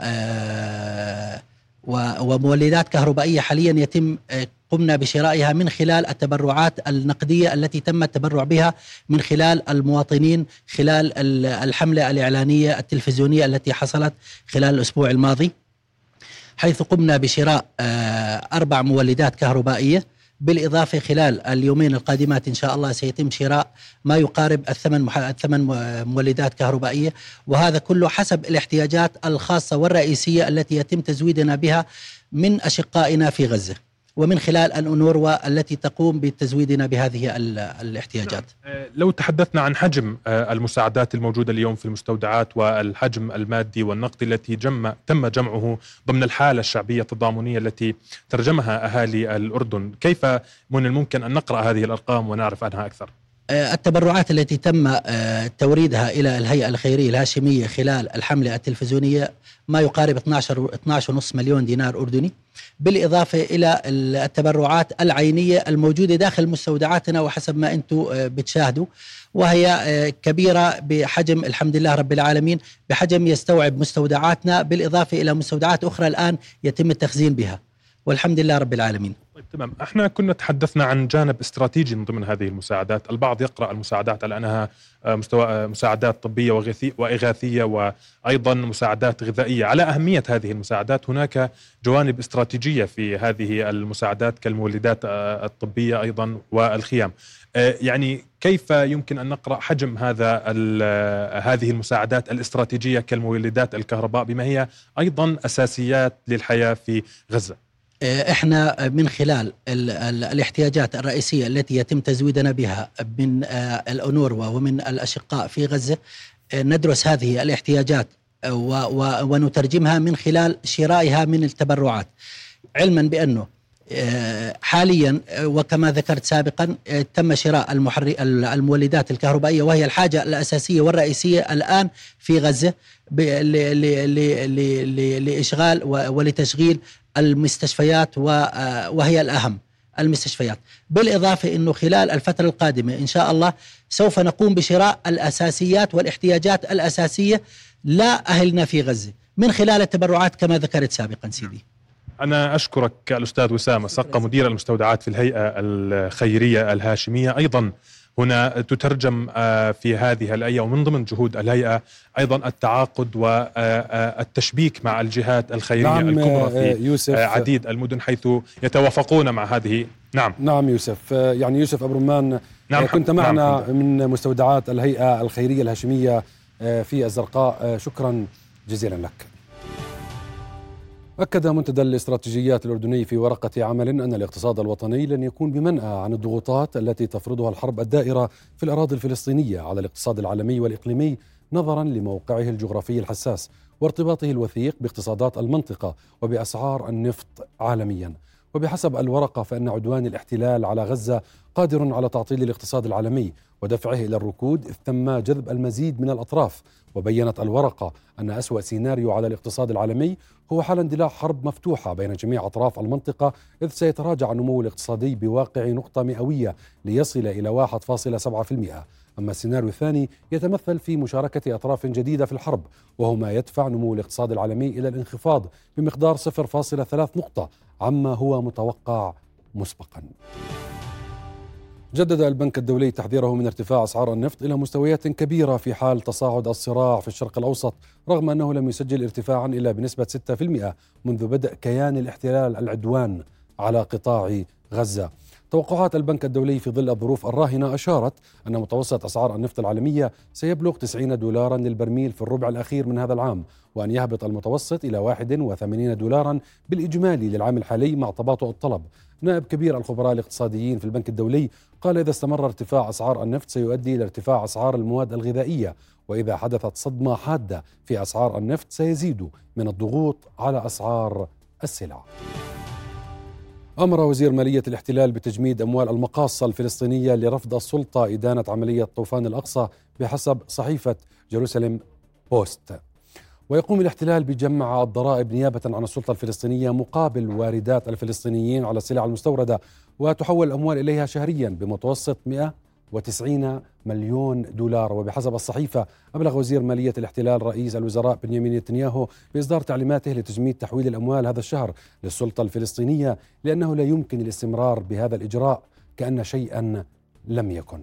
A: ومولدات كهربائية حاليا يتم قمنا بشرائها من خلال التبرعات النقدية التي تم التبرع بها من خلال المواطنين خلال الحملة الإعلانية التلفزيونية التي حصلت خلال الأسبوع الماضي، حيث قمنا بشراء أربع مولدات كهربائية. بالإضافة خلال اليومين القادمات إن شاء الله سيتم شراء ما يقارب الثمن الثمن مولدات كهربائية، وهذا كله حسب الاحتياجات الخاصة والرئيسية التي يتم تزويدنا بها من أشقائنا في غزة، ومن خلال الأونروا التي تقوم بتزويدنا بهذه الاحتياجات.
W: لو تحدثنا عن حجم المساعدات الموجودة اليوم في المستودعات والحجم المادي والنقدي التي جم تم جمعه ضمن الحالة الشعبية التضامنية التي ترجمها أهالي الأردن، كيف من الممكن أن نقرأ هذه الأرقام ونعرف عنها أكثر؟
A: التبرعات التي تم توريدها إلى الهيئة الخيرية الهاشمية خلال الحملة التلفزيونية ما يقارب اثنعش فاصلة خمسة مليون دينار أردني، بالإضافة إلى التبرعات العينية الموجودة داخل مستودعاتنا وحسب ما أنتم بتشاهدوا، وهي كبيرة بحجم الحمد لله رب العالمين، بحجم يستوعب مستودعاتنا بالإضافة إلى مستودعات أخرى الآن يتم التخزين بها، والحمد لله رب العالمين.
W: طيب تمام، احنا كنا تحدثنا عن جانب استراتيجي من ضمن هذه المساعدات، البعض يقرأ المساعدات على أنها مستوى مساعدات طبية وإغاثية وأيضا مساعدات غذائية. على أهمية هذه المساعدات هناك جوانب استراتيجية في هذه المساعدات كالمولدات الطبية أيضا والخيام، يعني كيف يمكن أن نقرأ حجم هذا هذه المساعدات الاستراتيجية كالمولدات الكهرباء بما هي أيضا أساسيات للحياة في غزة؟
A: احنا من خلال ال ال الاحتياجات الرئيسية التي يتم تزويدنا بها من الأونروا ومن الأشقاء في غزة، ندرس هذه الاحتياجات ونترجمها من خلال شرائها من التبرعات، علما بأنه حاليا وكما ذكرت سابقا تم شراء المولدات الكهربائية وهي الحاجة الأساسية والرئيسية الآن في غزة لإشغال ولتشغيل المستشفيات، وهي الأهم المستشفيات. بالإضافة أنه خلال الفترة القادمة إن شاء الله سوف نقوم بشراء الأساسيات والاحتياجات الأساسية لا أهلنا في غزة من خلال التبرعات كما ذكرت سابقا سيدي.
W: أنا أشكرك الأستاذ وسام الصقة مدير المستودعات في الهيئة الخيرية الهاشمية. أيضا هنا تترجم في هذه الهيئة ومن ضمن جهود الهيئة أيضا التعاقد والتشبيك مع الجهات الخيرية نعم الكبرى في يوسف عديد المدن حيث يتوافقون مع هذه. نعم
V: نعم يوسف، يعني يوسف أبو رمان نعم كنت معنا نعم من مستودعات الهيئة الخيرية الهاشمية في الزرقاء، شكرا جزيلا لك. أكد منتدى الاستراتيجيات الأردني في ورقة عمل أن الاقتصاد الوطني لن يكون بمنأى عن الضغوطات التي تفرضها الحرب الدائرة في الأراضي الفلسطينية على الاقتصاد العالمي والإقليمي نظرا لموقعه الجغرافي الحساس وارتباطه الوثيق باقتصادات المنطقة وبأسعار النفط عالميا. وبحسب الورقة فإن عدوان الاحتلال على غزة قادر على تعطيل الاقتصاد العالمي ودفعه إلى الركود، إذ تم جذب المزيد من الأطراف. وبينت الورقة أن أسوأ سيناريو على الاقتصاد العالمي هو حال اندلاع حرب مفتوحة بين جميع أطراف المنطقة، إذ سيتراجع النمو الاقتصادي بواقع نقطة مئوية ليصل إلى واحد فاصلة سبعة بالمئة. أما السيناريو الثاني يتمثل في مشاركة أطراف جديدة في الحرب، وهو ما يدفع نمو الاقتصاد العالمي إلى الانخفاض بمقدار صفر فاصلة ثلاثة نقطة عما هو متوقع مسبقا. جدد البنك الدولي تحذيره من ارتفاع أسعار النفط إلى مستويات كبيرة في حال تصاعد الصراع في الشرق الأوسط، رغم أنه لم يسجل ارتفاعا إلا بنسبة ستة بالمئة منذ بدء كيان الاحتلال العدوان على قطاع غزة. توقعات البنك الدولي في ظل الظروف الراهنة أشارت أن متوسط أسعار النفط العالمية سيبلغ تسعين دولارا للبرميل في الربع الأخير من هذا العام، وأن يهبط المتوسط إلى واحد وثمانين دولارا بالإجمالي للعام الحالي مع تباطؤ الطلب. نائب كبير الخبراء الاقتصاديين في البنك الدولي قال إذا استمر ارتفاع أسعار النفط سيؤدي إلى ارتفاع أسعار المواد الغذائية، وإذا حدثت صدمة حادة في أسعار النفط سيزيد من الضغوط على أسعار السلع. أمر وزير مالية الاحتلال بتجميد أموال المقاصة الفلسطينية لرفض السلطة إدانة عملية طوفان الأقصى بحسب صحيفة جيروساليم بوست. ويقوم الاحتلال بجمع الضرائب نيابة عن السلطة الفلسطينية مقابل واردات الفلسطينيين على السلع المستوردة، وتحول الأموال إليها شهريا بمتوسط مئة وتسعين مليون دولار. وبحسب الصحيفة أبلغ وزير مالية الاحتلال رئيس الوزراء بنيامين نتنياهو بإصدار تعليماته لتجميد تحويل الأموال هذا الشهر للسلطة الفلسطينية، لأنه لا يمكن الاستمرار بهذا الإجراء كأن شيئا لم يكن.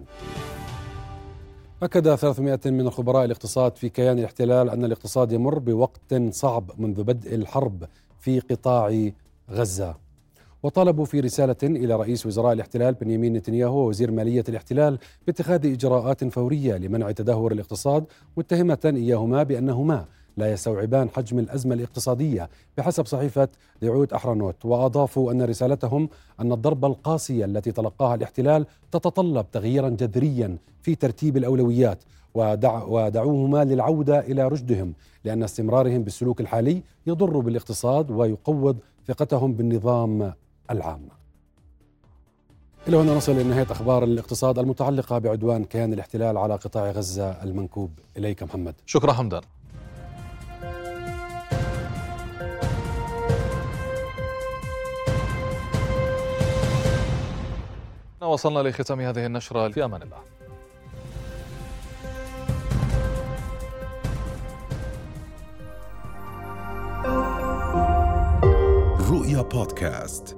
V: أكد ثلاثمائة من الخبراء الاقتصاد في كيان الاحتلال أن الاقتصاد يمر بوقت صعب منذ بدء الحرب في قطاع غزة. وطالبوا في رسالة إلى رئيس وزراء الاحتلال بنيامين نتنياهو ووزير مالية الاحتلال باتخاذ إجراءات فورية لمنع تدهور الاقتصاد، متهمة إياهما بأنهما لا يستوعبان حجم الأزمة الاقتصادية بحسب صحيفة ديعوت أحرنوت. وأضافوا أن رسالتهم أن الضربة القاسية التي تلقاها الاحتلال تتطلب تغييرا جذريا في ترتيب الأولويات، ودع ودعوهما للعودة إلى رشدهم، لأن استمرارهم بالسلوك الحالي يضر بالاقتصاد ويقوض ثقتهم بالنظام العام. إلى هنا نصل إلى نهاية أخبار الاقتصاد المتعلقة بعدوان كيان الاحتلال على قطاع غزة المنكوب. إليك محمد.
C: شكرا حمدان. وصلنا لختام هذه النشرة، في أمان الله.
D: رؤيا بودكاست.